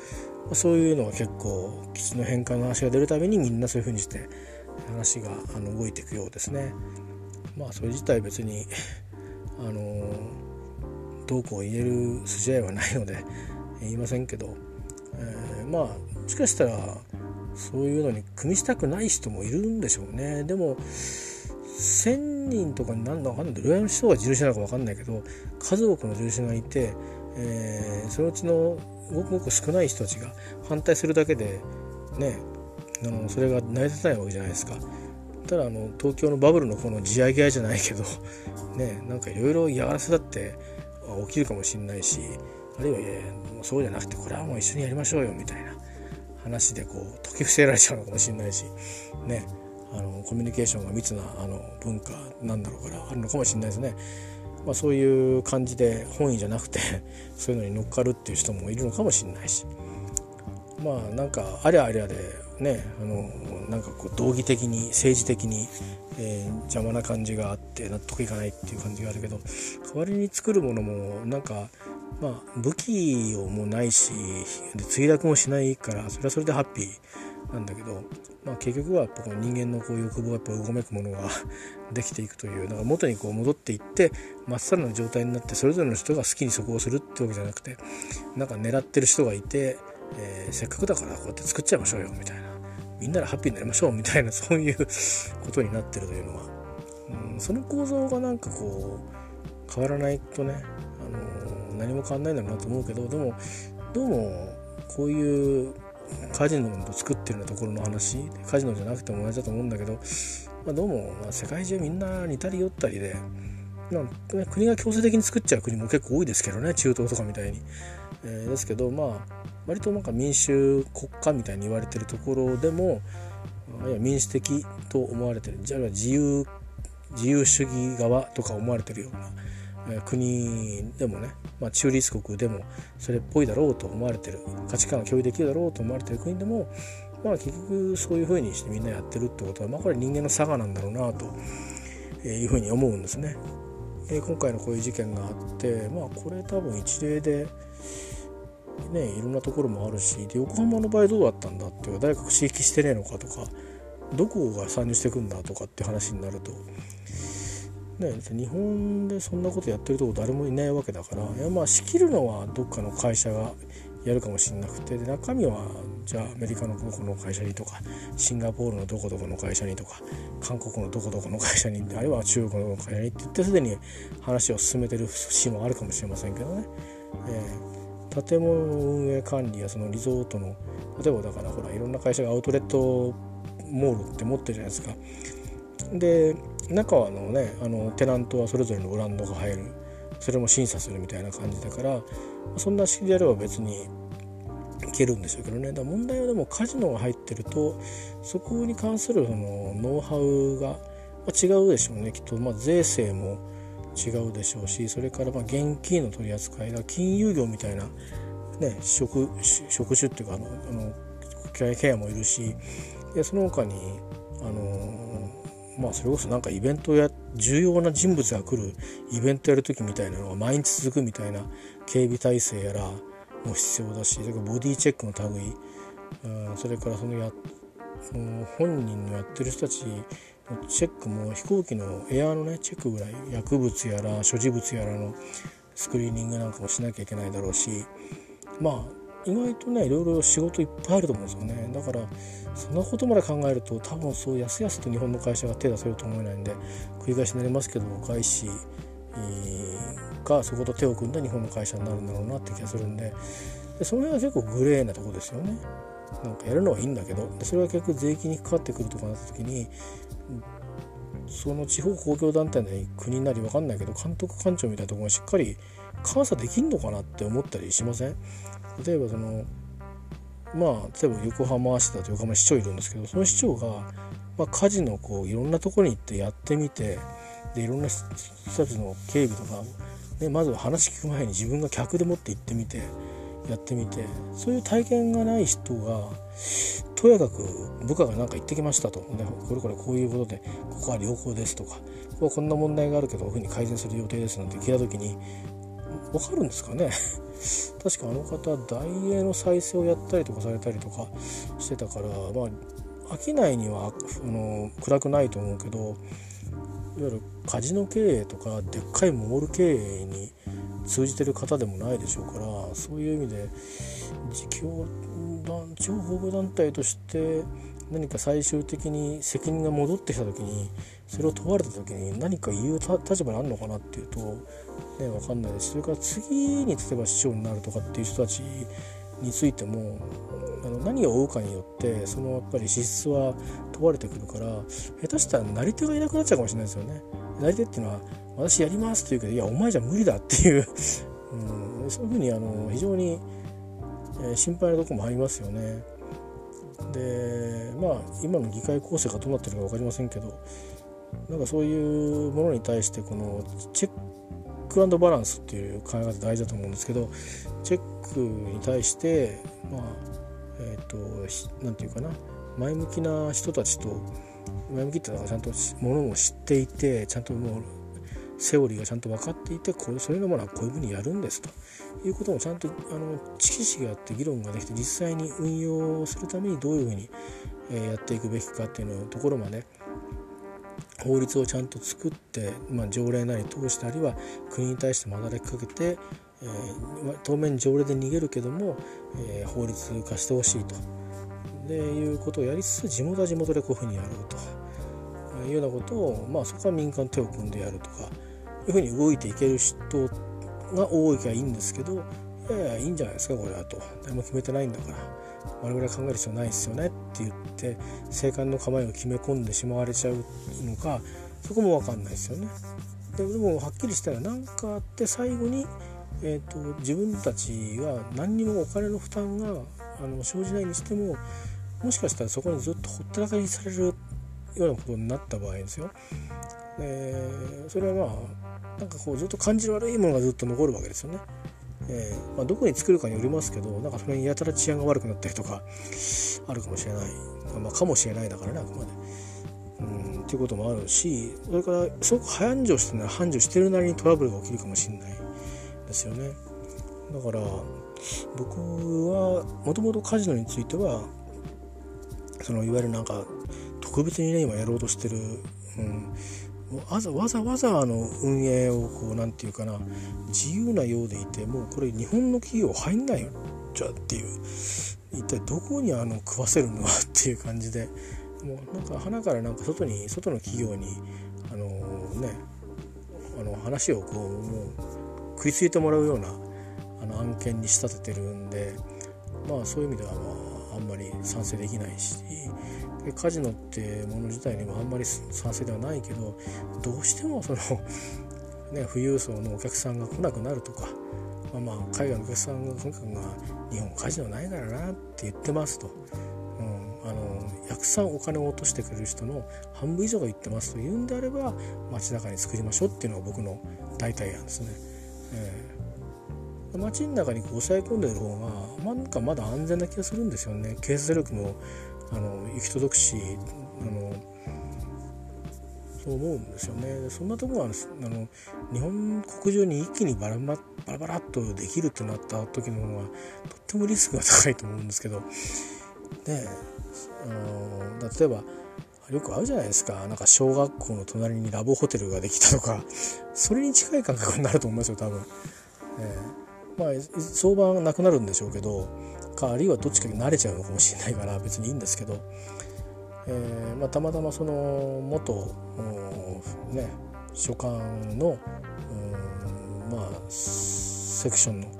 そういうのが結構基地の返還の話が出るたびにみんなそういう風にして話があの動いていくようですね。まあそれ自体別にあのどうこう言える筋合いはないので言いませんけど、えー、まあもしかしたらそういうのに組みしたくない人もいるんでしょうね。でもせんにんとかになるのか分かんない、どれぐらいの人が地主なのか分かんないけど、数多くの地主がいて、えー、そのうちのごくごく少ない人たちが反対するだけでね、あのそれが成り立たないわけじゃないですか。ただあの東京のバブルのこの地上げ合いじゃないけどね、なんかいろいろ嫌がらせだって起きるかもしれないし、あるいはいやいやそうじゃなくてこれはもう一緒にやりましょうよみたいな話でこう解き伏せられちゃうのかもしれないしね、あのコミュニケーションが密なあの文化なんだろうからあるのかもしれないですね。まあ、そういう感じで本意じゃなくてそういうのに乗っかるっていう人もいるのかもしれないし、まあなんかありゃありゃでね、あのなんかこう道義的に政治的に、えー、邪魔な感じがあって納得いかないっていう感じがあるけど、代わりに作るものもなんかまあ武器をもないしで墜落もしないからそれはそれでハッピーなんだけど、まあ、結局はやっぱこの人間のこういう欲望がやっぱうごめくものができていくという、なんか元にこう戻っていってまっさらな状態になってそれぞれの人が好きにそこをするってわけじゃなくて、なんか狙ってる人がいて、えー、せっかくだからこうやって作っちゃいましょうよみたいな、みんなでハッピーになりましょうみたいな、そういうことになってるというのは、うん、その構造がなんかこう変わらないとね、あのー、何も変わらないんだろうなと思うけど、でもどうもこういうカジノを作ってるようなところの話、カジノじゃなくても同じだと思うんだけど、まあ、どうも、まあ、世界中みんな似たり寄ったりで、まあ、国が強制的に作っちゃう国も結構多いですけどね、中東とかみたいに、えー、ですけど、まあ割となんか民主国家みたいに言われてるところでも、いや民主的と思われてる、じゃあ自由自由主義側とか思われてるような国でもね、まあ、中立国でもそれっぽいだろうと思われてる、価値観が共有できるだろうと思われてる国でも、まあ、結局そういう風にしてみんなやってるってことは、まあ、これ人間の差がなんだろうなという風に思うんですね。えー、今回のこういう事件があって、まあ、これ多分一例で、ね、いろんなところもあるし、で横浜の場合どうだったんだっていう誰か刺激してねえのかとか、どこが参入していくんだとかって話になると、ね、日本でそんなことやってるとこ誰もいないわけだから、いやまあ仕切るのはどっかの会社がやるかもしれなくて、で中身はじゃあアメリカのどこの会社にとか、シンガポールのどこどこの会社にとか、韓国のどこどこの会社に、あるいは中国の会社にって言ってすでに話を進めてる節もあるかもしれませんけどね、えー、建物の運営管理やそのリゾートの、例えばだからほらいろんな会社がアウトレットモールって持ってるじゃないですか。で中はあのね、あのテナントはそれぞれのブランドが入る、それも審査するみたいな感じだから、そんな式でやれば別にいけるんでしょうけどね。だから問題はでもカジノが入ってるとそこに関するそのノウハウが違うでしょうね、きっと。まあ税制も違うでしょうし、それからまあ現金の取り扱いだ、金融業みたいなね、職職種っていうか、あのあのケアもいるし、でその他にあのまあそれこそなんかイベントや重要な人物が来るイベントやる時みたいなのが毎日続くみたいな警備体制やらも必要だし、それからボディチェックの類、うん、それからそのやその本人のやってる人たちのチェックも飛行機のエアのねチェックぐらい、薬物やら所持物やらのスクリーニングなんかもしなきゃいけないだろうし、まあ意外とねいろいろ仕事いっぱいあると思うんですよね。だからそんなことまで考えると多分そうやすやすと日本の会社が手出せると思えないんで、繰り返しになりますけど外資がそこと手を組んだ日本の会社になるんだろうなって気がするんで、でその辺は結構グレーなところですよね。なんかやるのはいいんだけど、でそれが結局税金にかかってくるとかなった時に、その地方公共団体なり国なり分かんないけど監督官庁みたいなところがしっかり監査できんのかなって思ったりしません？例えばそのまあ例えば横浜市だと横浜市長いるんですけど、その市長が、まあ、カジノをこういろんなところに行ってやってみて、でいろんな人たちの警備とか、ね、まずは話聞く前に自分が客でもって行ってみてやってみて、そういう体験がない人がとやかく部下が何か言ってきましたと、ね、これこれこういうことでここは良好ですとか、ここはこんな問題があるけどこういうふうに改善する予定ですなんて聞いた時に、 わかるんですかね確かあの方ダイエーの再生をやったりとかされたりとかしてたから、まあ商いにはあの暗くないと思うけど、いわゆるカジノ経営とかでっかいモール経営に通じてる方でもないでしょうから、そういう意味で地方団地方保護団体として何か最終的に責任が戻ってきた時に、それを問われた時に何か言う立場にあるのかなっていうとね、分かんないです。それから次に例えば市長になるとかっていう人たちについても、あの何を追うかによってそのやっぱり資質は問われてくるから、下手したらなり手がいなくなっちゃうかもしれないですよね。なり手っていうのは私やりますって言うけど、いやお前じゃ無理だっていう、うん、そういうふうにあの非常に、えー、心配なところもありますよね。でまあ今の議会構成がどうなってるか分かりませんけど、なんかそういうものに対してこのチェック&バランスっていう考え方大事だと思うんですけど、チェックに対してまあえっとなんていうかな、前向きな人たちと、前向きっていうのはちゃんとものを知っていて、ちゃんともうセオリーがちゃんと分かっていて、これそれのものはこういうふうにやるんですということもちゃんとあの知識があって議論ができて、実際に運用するためにどういうふうにやっていくべきかっていうのところまで法律をちゃんと作って、まあ、条例なり通して、あるいは国に対して働きかけて、えー、当面条例で逃げるけども、えー、法律化してほしいとでいうことをやりつつ、地元は地元でこういうふうにやろうというようなことを、まあ、そこは民間手を組んでやるとかいうふうに動いていける人が多いからいいんですけど、いやいやいいんじゃないですかこれはと、誰も決めてないんだから我々は考える必要ないですよねって言って静観の構えを決め込んでしまわれちゃうのか、そこも分かんないですよね。で, でもはっきりしたら何かあって最後に、えー、と自分たちが何にもお金の負担があの生じないにしても、もしかしたらそこにずっとほったらかりにされるようなことになった場合ですよ、えー、それはまあなんかこうずっと感じ悪いものがずっと残るわけですよね。えーまあ、どこに作るかによりますけど、なんかそれにやたら治安が悪くなったりとかあるかもしれない、まあ、かもしれないだからね、あくまでうんっていうこともあるし、それからすごく繁盛してるなら繁盛してるなりにトラブルが起きるかもしれないですよね。だから僕はもともとカジノについてはそのいわゆるなんか特別にね今やろうとしてる、うん、わざわざわざあの運営をこうなんていうかな、自由なようでいて、もうこれ日本の企業入んないよじゃあっていう、一体どこにあの食わせるのっていう感じで、もうなんか花からなんか外に外の企業にあのねあの話をこうもう食いついてもらうようなあの案件に仕立ててるんで、まあそういう意味ではまああんまり賛成できないし、カジノってもの自体にもあんまり賛成ではないけど、どうしてもその、ね、富裕層のお客さんが来なくなるとか、まあ、まあ海外のお客さんが今回が日本カジノないからなって言ってますと、うん、あのたくさんお金を落としてくれる人の半分以上が言ってますというんであれば、街中に作りましょうっていうのが僕の大体案ですね。えー、街の中にこう抑え込んでる方がなんかまだ安全な気がするんですよね。経済力もあの行き届くし、あのそう思うんですよね。そんなところはあの日本国中に一気にバラバラバラバラっとできるってなった時の方がとってもリスクが高いと思うんですけど、ねえ、あの例えばよくあるじゃないですか、なんか小学校の隣にラブホテルができたとか、それに近い感覚になると思いますよ多分。えー、まあ相場はなくなるんでしょうけど、かあるいはどっちかに慣れちゃうのかもしれないから別にいいんですけど、えーまあ、たまたまその元ね所管のまあセクションの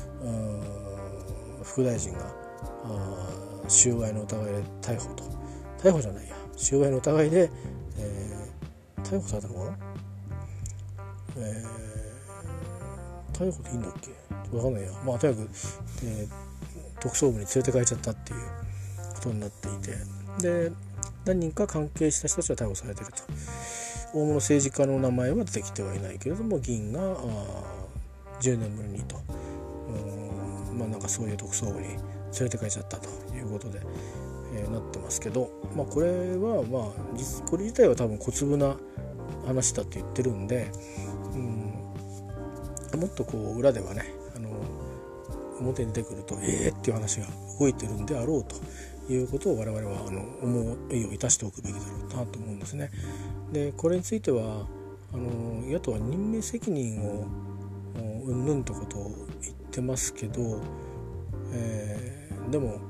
副大臣が収賄の疑いで逮捕と逮捕じゃないや収賄の疑いで、えー、逮捕されたのかな、えー、逮捕でいいんだっけ分かんないや、まあとにかく、えー、特捜部に連れて帰っちゃったっていうことになっていて、で何人か関係した人たちは逮捕されていると。大物政治家の名前は出てきてはいないけれども、議員がじゅうねんぶりにと、うん、まあなんかそういう特捜部に連れて帰っちゃったということで、えー、なってますけど、まあこれはまあこれ自体は多分小粒な話だって言ってるんで、うん、 もっとこう裏ではねあの表に出てくるとえーっていう話が動いてるんであろうということを我々はあの思いをいたしておくべきだろうなと思うんですね。でこれについてはあの野党は任命責任をうんぬんとことを言ってますけど、えー、でも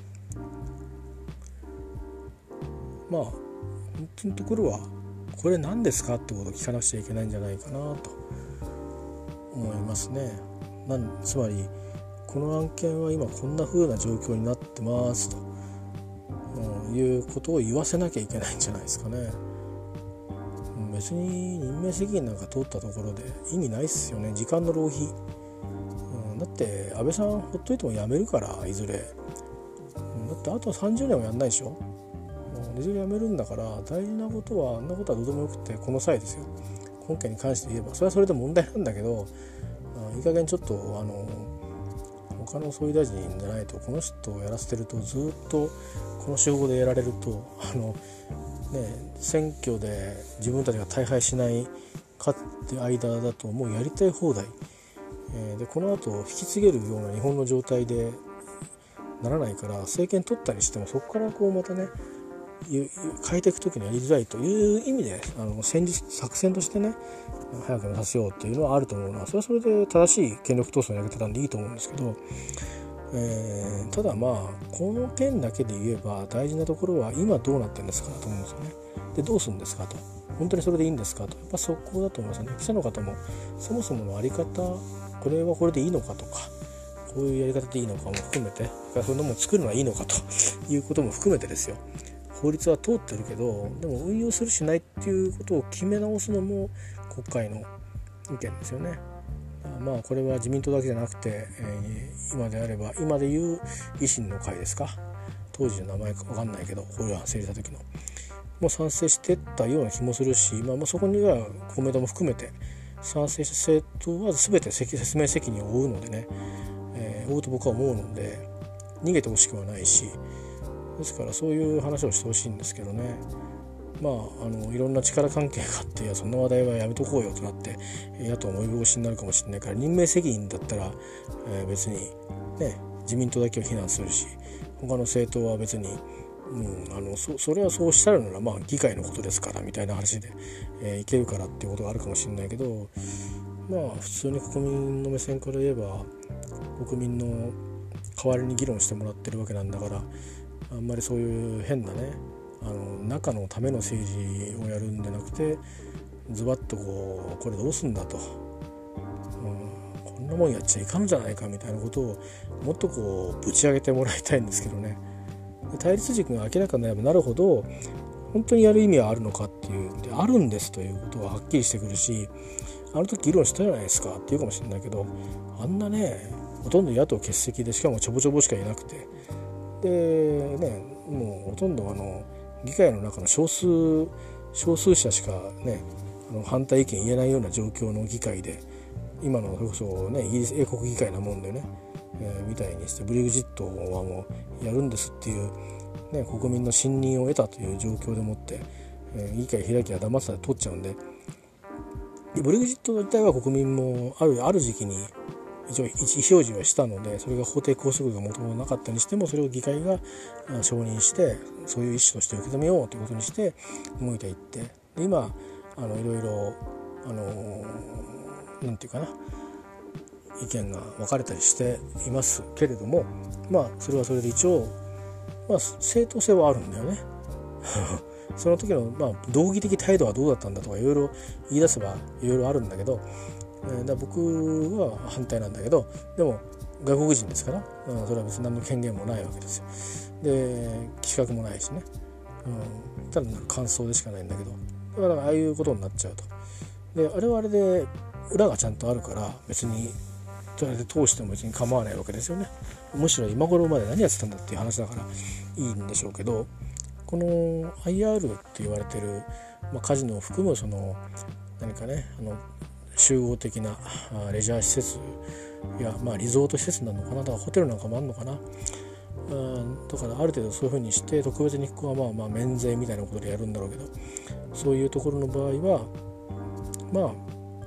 まあ本当のところはこれ何ですかってことを聞かなくちゃいけないんじゃないかなと思いますね。なんつまりこの案件は今こんな風な状況になってますと、うん、いうことを言わせなきゃいけないんじゃないですかね。別に任命責任なんか通ったところで意味ないっすよね。時間の浪費、うん、だって安倍さんほっといても辞めるからいずれ、うん、だってあとさんじゅうねんはやんないでしょ。いずれ辞めるんだから大事なことはあんなことはどうでもよくてこの際ですよ。今回に関して言えばそれはそれで問題なんだけど、いい加減ちょっとあの他の総理大臣じゃないとこの人をやらせてるとずっとこの手法でやられるとあの、ね、選挙で自分たちが大敗しないかって間だともうやりたい放題、えー、でこの後引き継げるような日本の状態でならないから政権取ったりしてもそこからこうまたね変えていくときにやりづらいという意味であの戦術作戦としてね早く目指せようっていうのはあると思うのはそれはそれで正しい権力闘争をやってたんでいいと思うんですけど、えー、ただまあこの件だけで言えば大事なところは今どうなってるんですかと思うんですよね。でどうするんですかと本当にそれでいいんですかとやっぱそこだと思いますね。記者の方もそもそものあり方これはこれでいいのかとかこういうやり方でいいのかも含めてそれのも作るのはいいのかということも含めてですよ。法律は通ってるけどでも運用するしないっていうことを決め直すのも国会の意見ですよね。まあこれは自民党だけじゃなくて、えー、今であれば今でいう維新の会ですか当時の名前か分かんないけどこれは成立した時のもう賛成してったような気もするし、まあ、まあそこには公明党も含めて賛成した政党は全て説明責任を負うのでね、えー、負うと僕は思うので逃げてほしくはないしですからそういう話をしてほしいんですけどね。まああのいろんな力関係があっていやそんな話題はやめとこうよとなって野党も追い越しになるかもしれないから任命責任だったら、えー、別にね自民党だけを非難するし他の政党は別に、うん、あの そ, それはそうしたらならまあ議会のことですからみたいな話で、えー、いけるからっていうことがあるかもしれないけどまあ普通に国民の目線から言えば国民の代わりに議論してもらってるわけなんだからあんまりそういう変なねあの中のための政治をやるんじゃなくてズバッとこうこれどうすんだと、うん、こんなもんやっちゃいかんじゃないかみたいなことをもっとこうぶち上げてもらいたいんですけどね。対立軸が明らかになればなるほど本当にやる意味はあるのかっていうであるんですということがはっきりしてくるしあの時議論したじゃないですかって言うかもしれないけどあんなねほとんど野党欠席でしかもちょぼちょぼしかいなくてでねもうほとんどあの議会の中の少数少数者しかねあの反対意見言えないような状況の議会で今のそれこそねイギリス英国議会なもんでね、えー、みたいにしてブレグジットはもうやるんですっていう、ね、国民の信任を得たという状況でもって、えー、議会開きは黙ってたら取っちゃうんで、でブレグジット自体は国民もあるある時期に一応意思表示はしたのでそれが法定拘束力がもともとなかったにしてもそれを議会が承認してそういう意思として受け止めようということにして動いていってで今あのいろいろあのなんていうかな意見が分かれたりしていますけれどもまあそれはそれで一応、まあ、正当性はあるんだよねその時の、まあ、道義的態度はどうだったんだとかいろいろ言い出せばいろいろあるんだけどだ僕は反対なんだけどでも外国人ですから、うん、それは別に何の権限もないわけですよ。で資格もないしね、うん、ただ感想でしかないんだけどだからああいうことになっちゃうとであれはあれで裏がちゃんとあるから別にそれで通しても別に構わないわけですよね。むしろ今頃まで何やってたんだっていう話だからいいんでしょうけどこの アイアール って言われてる、まあ、カジノを含むその何かねあの集合的なレジャー施設や、まあ、リゾート施設なのかなだからホテルなんかもあるのかなだからある程度そういうふうにして特別にここはまあまあ免税みたいなことでやるんだろうけどそういうところの場合はまあ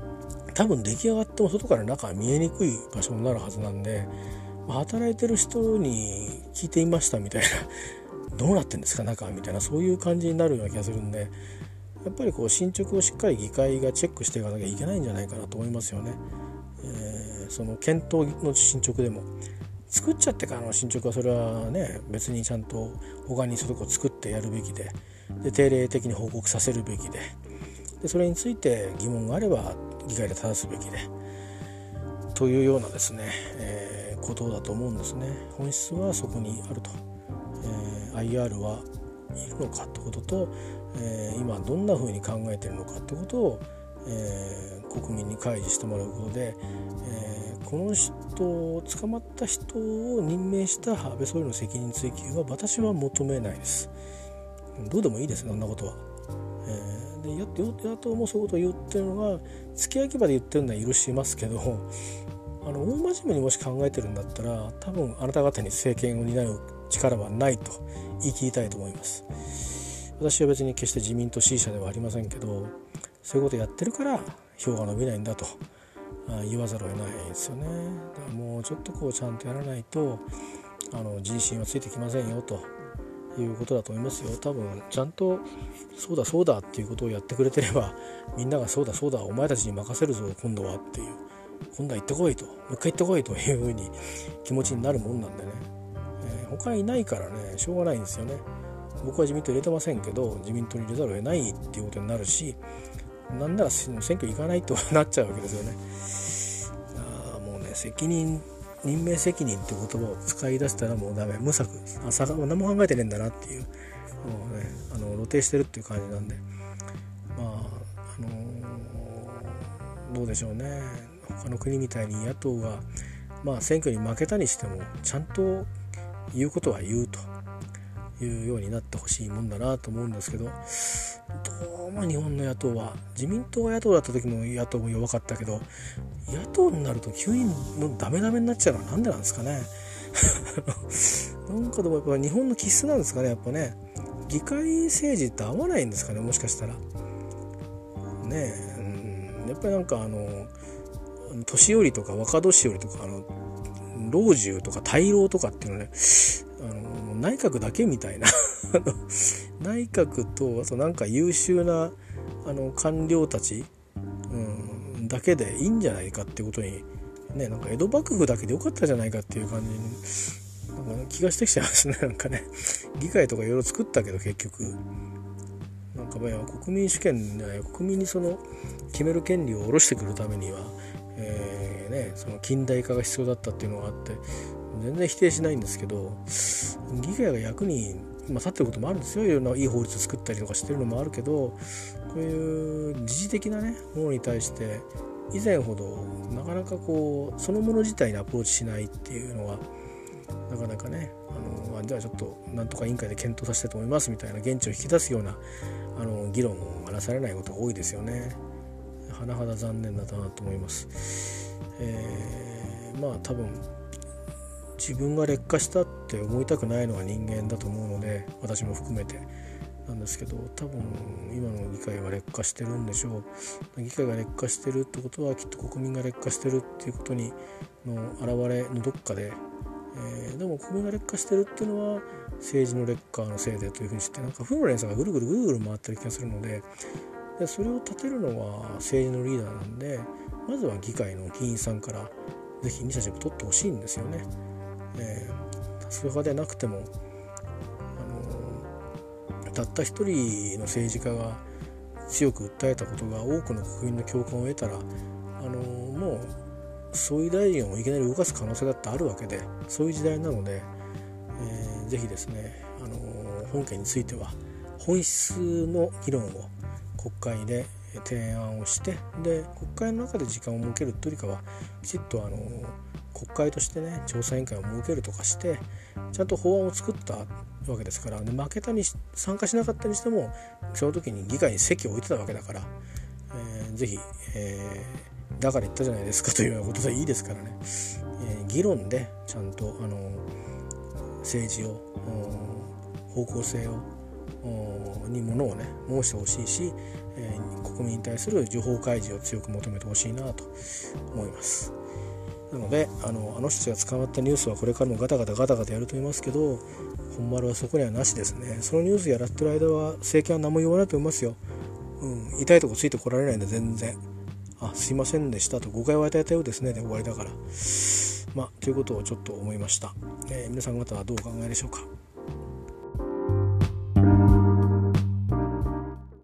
多分出来上がっても外から中は見えにくい場所になるはずなんで、働いてる人に聞いてみましたみたいなどうなってんですか中みたいな、そういう感じになるような気がするんで、やっぱりこう進捗をしっかり議会がチェックしていかなきゃいけないんじゃないかなと思いますよね。えー、その検討の進捗でも作っちゃってからの進捗はそれはね別にちゃんと他にそういうとこ作ってやるべきで、で定例的に報告させるべきで、でそれについて疑問があれば議会で正すべきでというようなですね、えー、ことだと思うんですね。本質はそこにあると、えー、アイアール はいるのかってことと、えー、今どんな風に考えているのかってことを、えー、国民に開示してもらうことで、えー、この人捕まった人を任命した安倍総理の責任追及は私は求めないです。どうでもいいですね、そんなことは。えー、で野党もそういうことを言ってるのが付け焼き場で言ってるのは許しますけど、あの大真面目にもし考えてるんだったら多分あなた方に政権を担う力はないと言い切りたいと思います。私は別に決して自民党支持者ではありませんけど、そういうことやってるから票が伸びないんだと言わざるを得ないですよね。だからもうちょっとこうちゃんとやらないとあの人心はついてきませんよということだと思いますよ。多分ちゃんとそうだそうだっていうことをやってくれてれば、みんながそうだそうだお前たちに任せるぞ今度はっていう、今度は行ってこいと、もう一回行ってこいというふうに気持ちになるもんなんでね、えー、他いないからねしょうがないんですよね。僕は自民党入れてませんけど自民党に入れざるを得ないっていうことになるし、なんなら選挙行かないとなっちゃうわけですよね。あもうね責任任命責任って言葉を使い出したらもうダメ、無策、あさ何も考えてねえんだなっていう、もうねあの露呈してるっていう感じなんで、まああのー、どうでしょうね。他の国みたいに野党がまあ選挙に負けたにしてもちゃんと言うことは言うというようになってほしいもんだなと思うんですけど、どうも日本の野党は、自民党が野党だった時も野党も弱かったけど、野党になると急にダメダメになっちゃうのはなんでなんですかね。なんかでもやっぱ日本の気質なんですかね、やっぱね。議会政治って合わないんですかね、もしかしたら。ねえ、うん、やっぱりなんかあの年寄りとか若年寄りとかあの老中とか大老とかっていうのね、あの内閣だけみたいな内閣とあとなんか優秀なあの官僚たち、うん、だけでいいんじゃないかっていうことにね、なんか江戸幕府だけでよかったじゃないかっていう感じになんか気がしてきちゃいますね。なんかね議会とかいろいろ作ったけど結局なんか国民主権で国民にその決める権利を下ろしてくるためには、えーね、その近代化が必要だったっていうのがあって全然否定しないんですけど、議会が役にまあ、立ってることもあるんですよ。いろんないい法律作ったりとかしてるのもあるけど、こういう時事的なねものに対して以前ほどなかなかこうそのもの自体にアプローチしないっていうのはなかなかね、あのじゃあちょっとなんとか委員会で検討させたいと思いますみたいな現地を引き出すようなあの議論がなされないことが多いですよね。甚だ残念だなと思います。えー、まあ多分自分が劣化したって思いたくないのは人間だと思うので、私も含めてなんですけど、多分今の議会は劣化してるんでしょう。議会が劣化してるってことはきっと国民が劣化してるっていうことにの表れのどっかで、えー、でも国民が劣化してるっていうのは政治の劣化のせいでというふうにして、なんか負の連鎖がぐるぐるぐるぐる回ってる気がするので、でそれを立てるのは政治のリーダーなんで、まずは議会の議員さんからぜひイニシアチブ取ってほしいんですよね。えー、それでなくても、あのー、たった一人の政治家が強く訴えたことが多くの国民の共感を得たら、あのー、もう総理大臣をいきなり動かす可能性だってあるわけで、そういう時代なので、えー、ぜひですね、あのー、本件については本質の議論を国会で提案をして、で国会の中で時間を設けるというよりかはきちっとあのー国会としてね調査委員会を設けるとかしてちゃんと法案を作ったわけですから、で負けたに参加しなかったにしてもその時に議会に席を置いてたわけだから、えー、ぜひ、えー、だから言ったじゃないですかというようなことでいいですからね、えー、議論でちゃんとあの政治を方向性をにものをね申してほしいし、えー、国民に対する情報開示を強く求めてほしいなと思います。なのであのあの人たちが捕まったニュースはこれからもガタガタガタガタやると思いますけど、本丸はそこにはなしですね。そのニュースやらってる間は政権は何も言わないと思いますよ。うん、痛いとこついてこられないんで全然、あすいませんでしたと誤解を与えたようですねで終わりだから、まあということをちょっと思いました。えー、皆さん方はどうお考えでしょうか。